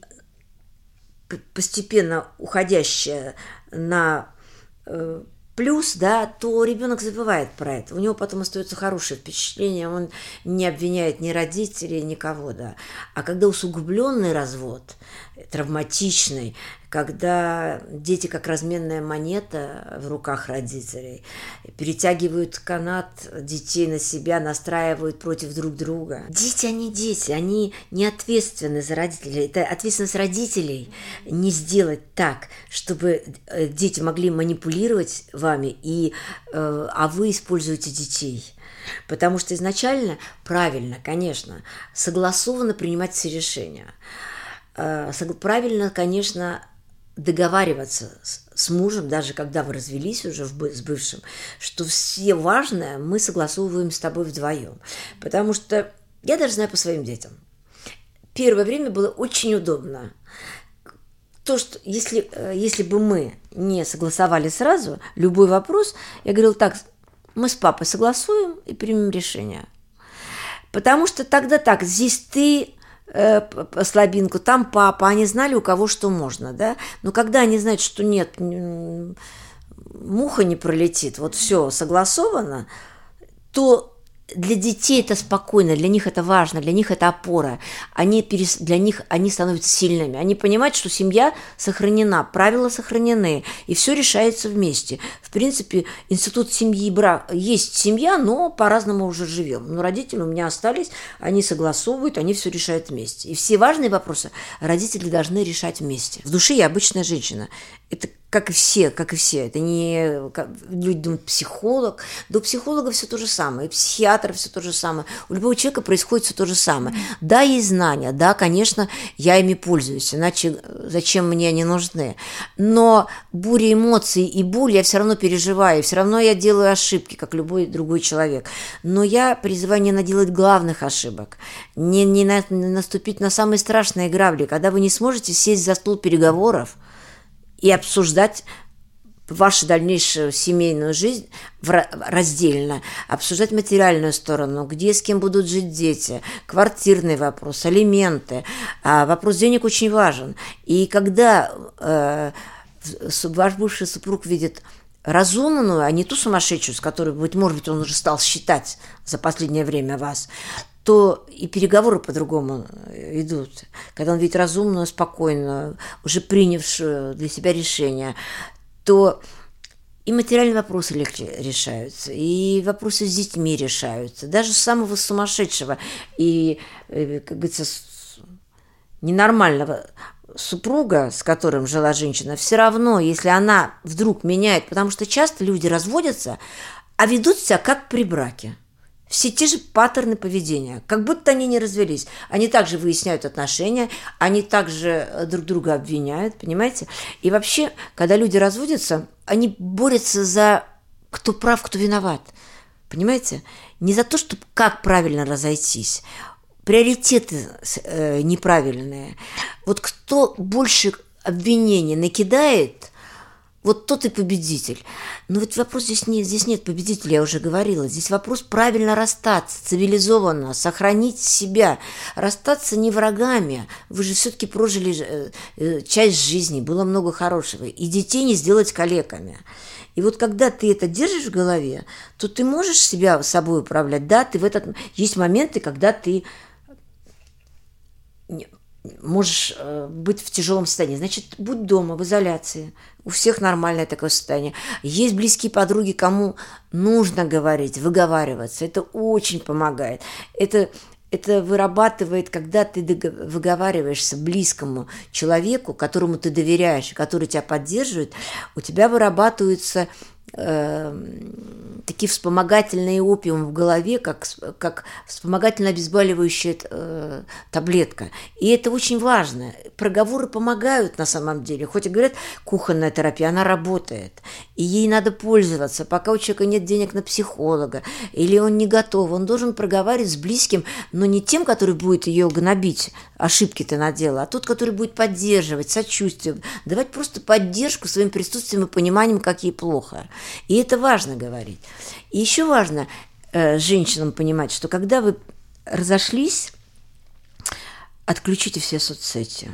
постепенно уходящая на плюс, да, то ребенок забывает про это. У него потом остается хорошее впечатление, он не обвиняет ни родителей, никого, да. А когда усугубленный развод, травматичный, когда дети как разменная монета в руках родителей, перетягивают канат детей на себя, настраивают против друг друга. Дети, они не ответственны за родителей. Это ответственность родителей не сделать так, чтобы дети могли манипулировать вами, а вы используете детей. Потому что изначально правильно, конечно, согласованно принимать все решения. Правильно, конечно, договариваться с мужем, даже когда вы развелись уже с бывшим, что все важное мы согласовываем с тобой вдвоем. Потому что я даже знаю по своим детям. Первое время было очень удобно. То, что если бы мы не согласовали сразу любой вопрос, я говорила так, мы с папой согласуем и примем решение. Потому что тогда так, здесь ты слабинку, там папа, они знали, у кого что можно, да, но когда они знают, что нет, муха не пролетит, вот все согласовано, то для детей это спокойно, для них это важно, для них это опора. Для них они становятся сильными. Они понимают, что семья сохранена, правила сохранены, и все решается вместе. В принципе, институт семьи и брак. Есть семья, но по-разному уже живем. Но родители у меня остались, они согласовывают, они все решают вместе. И все важные вопросы родители должны решать вместе. В душе я обычная женщина. Это как и все. Это не люди думают, психолог. Да у психолога все то же самое, и психиатра все то же самое. У любого человека происходит все то же самое. Да, есть знания, да, конечно, я ими пользуюсь, иначе зачем мне они нужны? Но буря эмоций и боль я все равно переживаю, все равно я делаю ошибки, как любой другой человек. Но я призываю не наделать главных ошибок, не наступить на самые страшные грабли, когда вы не сможете сесть за стол переговоров и обсуждать вашу дальнейшую семейную жизнь раздельно, обсуждать материальную сторону, где с кем будут жить дети, квартирный вопрос, алименты. Вопрос денег очень важен. И когда ваш бывший супруг видит разумную, а не ту сумасшедшую, с которой, может быть, он уже стал считать за последнее время вас, то и переговоры по-другому идут. Когда он видит разумную, спокойную, уже принявшую для себя решение, то и материальные вопросы легче решаются, и вопросы с детьми решаются. Даже самого сумасшедшего и, как говорится, ненормального супруга, с которым жила женщина, все равно, если она вдруг меняет, потому что часто люди разводятся, а ведут себя как при браке. Все те же паттерны поведения, как будто они не развелись. Они также выясняют отношения, они также друг друга обвиняют, понимаете? И вообще, когда люди разводятся, они борются за кто прав, кто виноват. Понимаете? Не за то, чтобы как правильно разойтись. Приоритеты неправильные. Вот кто больше обвинений накидает, вот тот и победитель. Но ведь вопрос здесь нет победителя, я уже говорила. Здесь вопрос правильно расстаться, цивилизованно, сохранить себя. Расстаться не врагами. Вы же все-таки прожили часть жизни, было много хорошего. И детей не сделать калеками. И вот когда ты это держишь в голове, то ты можешь себя собой управлять. Да, есть моменты, когда ты можешь быть в тяжелом состоянии. Значит, будь дома, в изоляции. У всех нормальное такое состояние. Есть близкие подруги, кому нужно говорить, выговариваться. Это очень помогает. Это вырабатывает, когда ты выговариваешься близкому человеку, которому ты доверяешь, который тебя поддерживает, у тебя вырабатываются такие вспомогательные опиумы в голове, как вспомогательно обезболивающая таблетка. И это очень важно. Проговоры помогают на самом деле. Хоть и говорят, кухонная терапия, она работает. И ей надо пользоваться. Пока у человека нет денег на психолога, или он не готов, он должен проговаривать с близким, но не тем, который будет ее гнобить, ошибки ты наделала, а тот, который будет поддерживать, сочувствие, давать просто поддержку своим присутствием и пониманием, как ей плохо. И это важно говорить. И еще важно женщинам понимать, что когда вы разошлись, отключите все соцсети.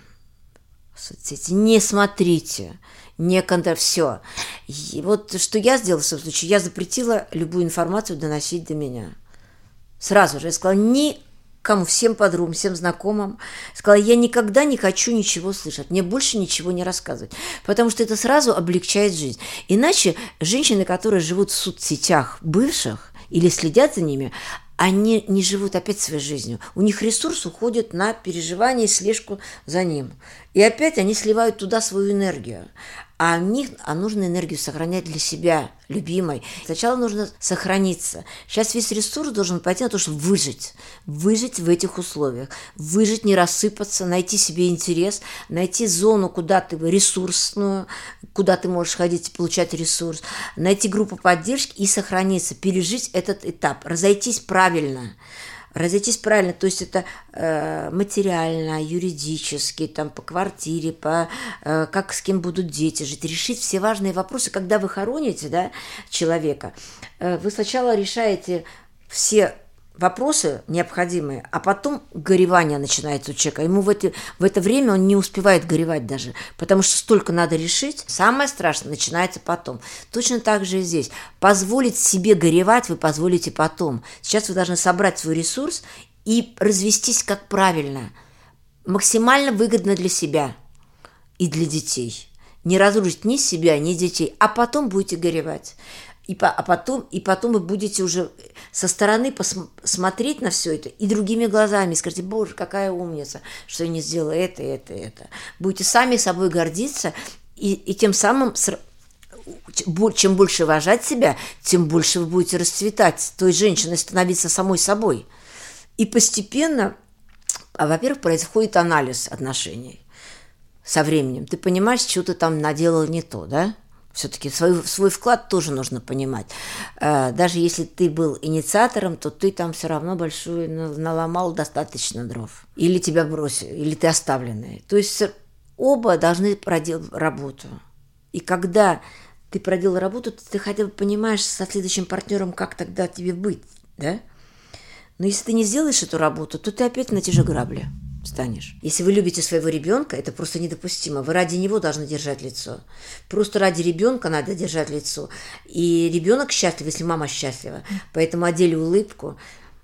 Не смотрите, все. И вот что я сделала в своем случае, я запретила любую информацию доносить до меня. Сразу же я сказала, никому, всем подругам, всем знакомым, сказала, я никогда не хочу ничего слышать, мне больше ничего не рассказывать, потому что это сразу облегчает жизнь. Иначе женщины, которые живут в соцсетях бывших или следят за ними, они не живут опять своей жизнью. У них ресурс уходит на переживание и слежку за ним. И опять они сливают туда свою энергию. А нужно энергию сохранять для себя, любимой. Сначала нужно сохраниться. Сейчас весь ресурс должен пойти на то, чтобы выжить. Выжить в этих условиях. Выжить, не рассыпаться, найти себе интерес, найти зону, куда ты ресурсную, куда ты можешь ходить и получать ресурс, найти группу поддержки и сохраниться, пережить этот этап, разойтись правильно. Разойтись правильно, то есть это материально, юридически, там, по квартире, как с кем будут дети жить, решить все важные вопросы. Когда вы хороните, да, человека, вы сначала решаете все вопросы необходимые, а потом горевание начинается у человека. Ему в это время он не успевает горевать даже, потому что столько надо решить. Самое страшное начинается потом. Точно так же и здесь. Позволить себе горевать вы позволите потом. Сейчас вы должны собрать свой ресурс и развестись как правильно. Максимально выгодно для себя и для детей. Не разрушить ни себя, ни детей, а потом будете горевать. И потом вы будете уже со стороны смотреть на все это и другими глазами. Скажете: боже, какая умница, что я не сделала это. Будете сами собой гордиться, и тем самым, чем больше уважать себя, тем больше вы будете расцветать, той женщиной становиться самой собой. И постепенно, во-первых, происходит анализ отношений со временем. Ты понимаешь, что ты там наделал не то, да? Все-таки свой вклад тоже нужно понимать. Даже если ты был инициатором, то ты там все равно большую наломал достаточно дров. Или тебя бросили, или ты оставленный. То есть оба должны проделать работу. И когда ты проделал работу, ты хотя бы понимаешь со следующим партнером, как тогда тебе быть, да? Но если ты не сделаешь эту работу, то ты опять на те же грабли станешь. Если вы любите своего ребенка, это просто недопустимо. Вы ради него должны держать лицо. Просто ради ребенка надо держать лицо. И ребенок счастлив, если мама счастлива. Поэтому одели улыбку,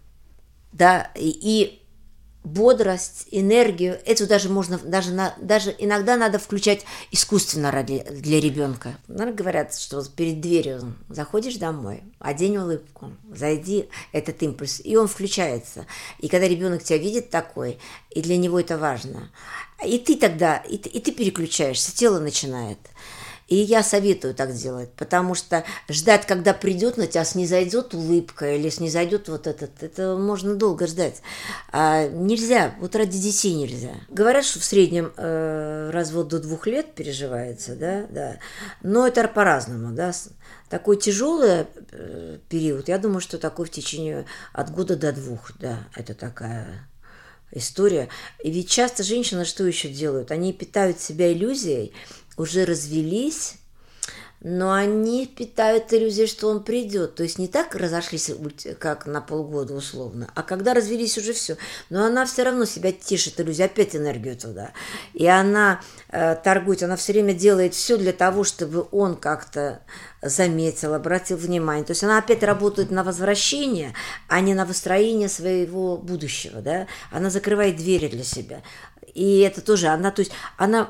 да, и бодрость, энергию. Это даже можно, даже иногда надо включать искусственно для ребенка. Наверное, говорят, что перед дверью заходишь домой, одень улыбку, зайди, этот импульс, и он включается. И когда ребенок тебя видит такой, и для него это важно, и ты тогда, и ты переключаешься, тело начинает. И я советую так делать, потому что ждать, когда придет на тебя, снизойдет улыбка или снизойдет вот это можно долго ждать. Нельзя, вот ради детей нельзя. Говорят, что в среднем развод до 2 лет переживается, да, но это по-разному, да. Такой тяжелый период, я думаю, что такой в течение от года до 2, да, это такая история. И ведь часто женщины что еще делают? Они питают себя иллюзией, уже развелись, но они питают иллюзией, что он придет. То есть не так разошлись, как на полгода условно, а когда развелись уже все. Но она все равно себя тешит иллюзией, опять энергию туда. И она торгует, она все время делает все для того, чтобы он как-то заметил, обратил внимание. То есть она опять работает на возвращение, а не на выстроение своего будущего. Да? Она закрывает двери для себя. И это тоже она, то есть она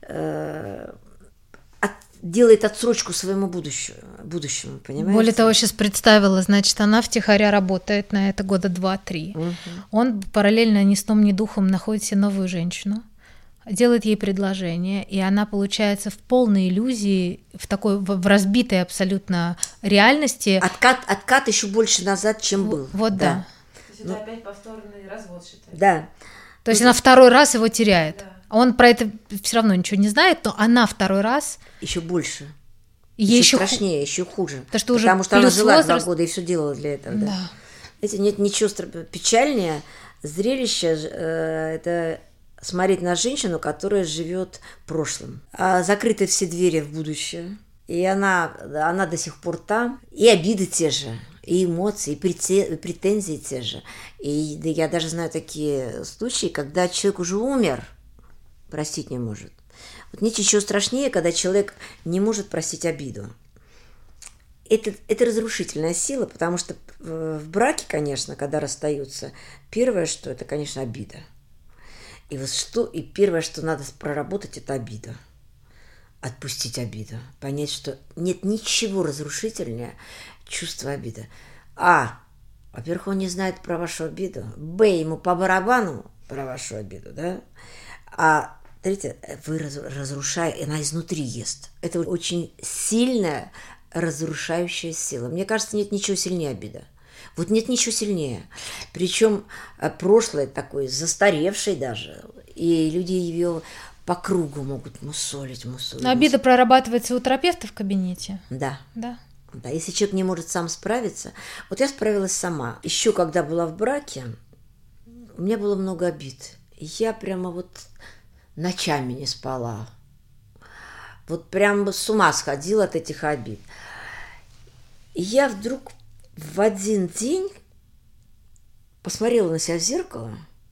делает отсрочку своему будущему, понимаете?
Более того, сейчас представила, значит, она втихаря работает на это года 2-3.
Угу.
Он параллельно ни сном, ни духом находит себе новую женщину, делает ей предложение, и она получается в полной иллюзии, в такой, в разбитой абсолютно реальности.
Откат еще больше назад, чем был.
Вот да.
То есть это опять повторный развод, считается.
Да.
То есть она второй раз его теряет.
Да.
Он про это все равно ничего не знает, но она второй раз
еще больше.
Ей
еще страшнее, еще хуже.
Потому
что она жила 2 года и все делала для этого. Да.
Да.
Знаете, нет ничего печальнее зрелища это смотреть на женщину, которая живет прошлым. Закрыты все двери в будущее. И она до сих пор там. И обиды те же, и эмоции, и претензии те же. И да, я даже знаю такие случаи, когда человек уже умер, простить не может. Вот нет ничего страшнее, когда человек не может простить обиду. Это разрушительная сила, потому что в браке, конечно, когда расстаются, первое, что это, конечно, обида. И первое, что надо проработать, это обида. Отпустить обиду. Понять, что нет ничего разрушительнее чувства обиды. Во-первых, он не знает про вашу обиду. Ему по барабану про вашу обиду, да? Третье, вы разрушаете, она изнутри ест. Это очень сильная разрушающая сила. Мне кажется, нет ничего сильнее обида. Вот нет ничего сильнее. Причем прошлое такое, застаревшее даже. И люди ее по кругу могут мусолить.
Но обида прорабатывается у терапевта в кабинете?
Да.
Да.
Да, если человек не может сам справиться. Вот я справилась сама. Еще когда была в браке, у меня было много обид. Я прямо вот ночами не спала. Вот прям с ума сходила от этих обид. И я вдруг в один день посмотрела на себя в зеркало,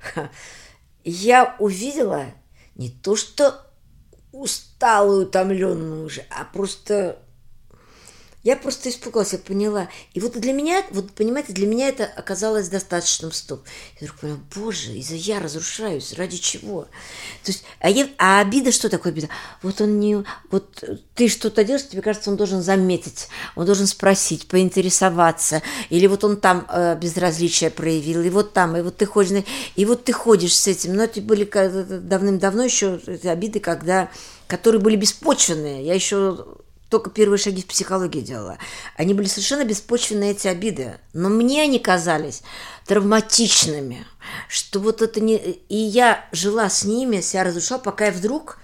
я увидела не то что усталую, утомленную уже, а просто... Я просто испугалась, я поняла. И вот для меня, вот понимаете, для меня это оказалось достаточным стоп. Я вдруг поняла, боже, я разрушаюсь, ради чего? То есть, а обида, что такое обида? Вот он не... Вот ты что-то делаешь, тебе кажется, он должен заметить, он должен спросить, поинтересоваться. Или вот он там безразличие проявил, и вот там, и вот ты ходишь с этим. Но это были давным-давно еще обиды, которые были беспочвенные. Я еще... Только первые шаги в психологии делала. Они были совершенно беспочвенные, эти обиды. Но мне они казались травматичными. Что вот это не... И я жила с ними, себя разрушала, пока я вдруг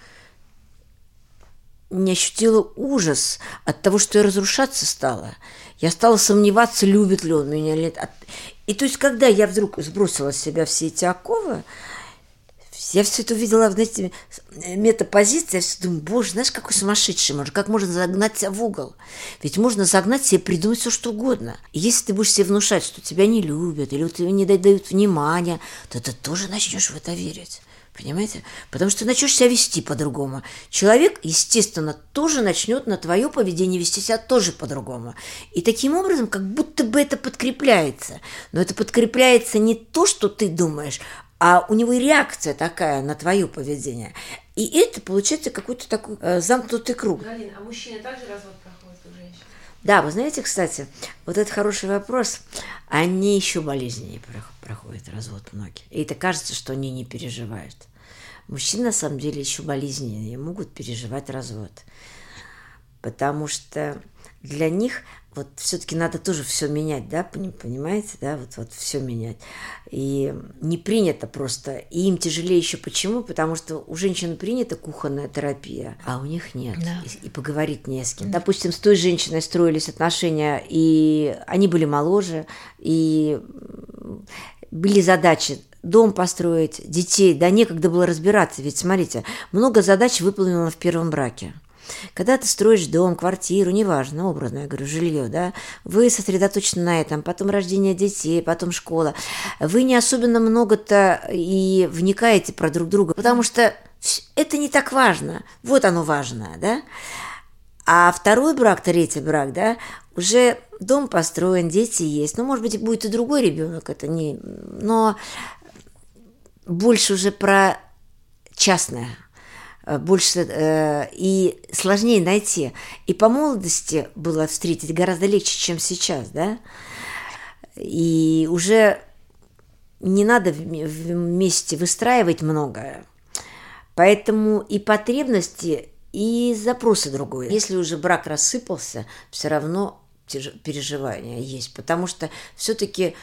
не ощутила ужас от того, что я разрушаться стала. Я стала сомневаться, любит ли он меня или нет. И то есть, когда я вдруг сбросила с себя все эти оковы, я все это увидела, знаете, метапозиция, я все думаю, боже, знаешь, какой сумасшедший можно, как можно загнать себя в угол. Ведь можно загнать себя, придумать все, что угодно. И если ты будешь себе внушать, что тебя не любят, или тебе не дают внимания, то ты тоже начнешь в это верить. Понимаете? Потому что ты начнешь себя вести по-другому. Человек, естественно, тоже начнет на твое поведение вести себя тоже по-другому. И таким образом, как будто бы это подкрепляется. Но это подкрепляется не то, что ты думаешь, а у него и реакция такая на твое поведение. И это получается какой-то такой замкнутый круг.
Галина, а мужчины также развод проходят, как женщины?
Да, вы знаете, кстати, вот это хороший вопрос. Они еще болезненнее проходят развод многие. И это кажется, что они не переживают. Мужчины, на самом деле, еще болезненнее могут переживать развод. Потому что для них вот все-таки надо тоже все менять, да, понимаете, да, вот все менять. И не принято просто. И им тяжелее еще почему? Потому что у женщин принята кухонная терапия, а у них нет.
Да.
И поговорить не с кем. Допустим, с той женщиной строились отношения, и они были моложе, и были задачи дом построить, детей, да некогда было разбираться. Ведь, смотрите, много задач выполнено в первом браке. Когда ты строишь дом, квартиру, неважно, образно, я говорю, жилье, да, вы сосредоточены на этом, потом рождение детей, потом школа. Вы не особенно много-то и вникаете про друг друга, потому что это не так важно. Вот оно важное, да. А второй брак, третий брак, да, уже дом построен, дети есть. Ну, может быть, будет и другой ребенок, это не... Но больше уже про частное. Больше и сложнее найти. И по молодости было встретить гораздо легче, чем сейчас, да. И уже не надо вместе выстраивать многое. Поэтому и потребности, и запросы другой. Если уже брак рассыпался, все равно переживания есть. Потому что все-таки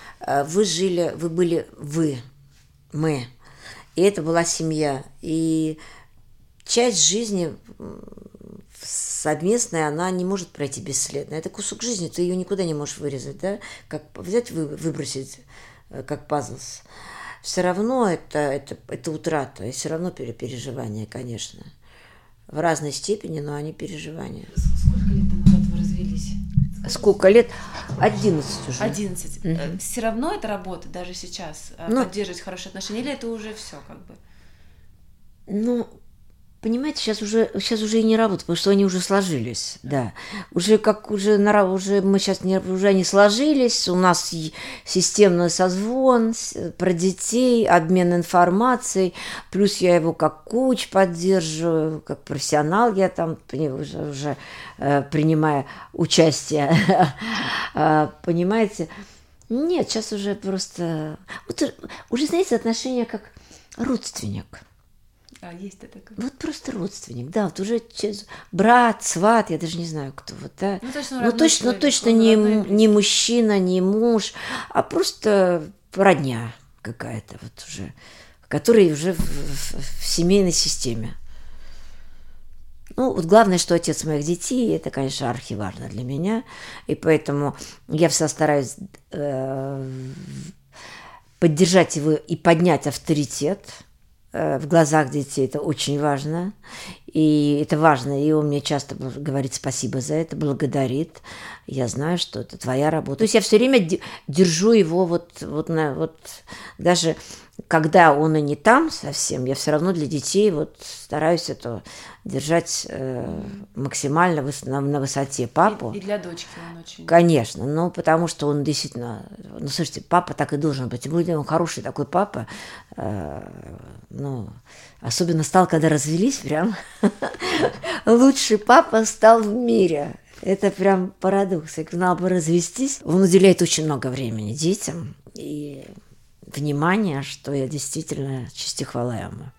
мы. И это была семья. И часть жизни совместная, она не может пройти бесследно. Это кусок жизни, ты ее никуда не можешь вырезать, да? Как взять, выбросить, как пазл. Все равно это утрата, и все равно переживания, конечно. В разной степени, но они переживания.
Сколько лет назад вы развелись?
Сколько лет? 11 уже.
11. Угу. Все равно это работает даже сейчас? Поддерживать хорошие отношения? Или это уже все как бы?
Ну, понимаете, сейчас уже и не работают, потому что они уже сложились, да. Уже мы сейчас уже они сложились, у нас системный созвон про детей, обмен информацией, плюс я его как коуч поддерживаю, как профессионал я там уже принимаю участие, понимаете. Нет, сейчас уже просто... Уже, знаете, отношения как родственник.
Есть такое.
Вот просто родственник, да, вот уже брат, сват, я даже не знаю, кто, вот, да. Точно не мужчина, не муж, а просто родня какая-то вот уже, которая уже в семейной системе. Ну, вот главное, что отец моих детей, это, конечно, архиважно для меня, и поэтому я всегда стараюсь поддержать его и поднять авторитет. в глазах детей это очень важно. И это важно. И он мне часто говорит спасибо за это, благодарит. Я знаю, что это твоя работа. То есть я все время держу его вот даже когда он и не там совсем, я все равно для детей вот стараюсь это держать максимально на высоте папу.
И для дочки он очень...
Конечно, ну, потому что он действительно... Ну, слушайте, папа так и должен быть. Он хороший такой папа. Ну, особенно стал, когда развелись, прям лучший папа стал в мире. Это прям парадокс. Как надо бы развестись. Он уделяет очень много времени детям и внимания, что я действительно честь и хвала ему.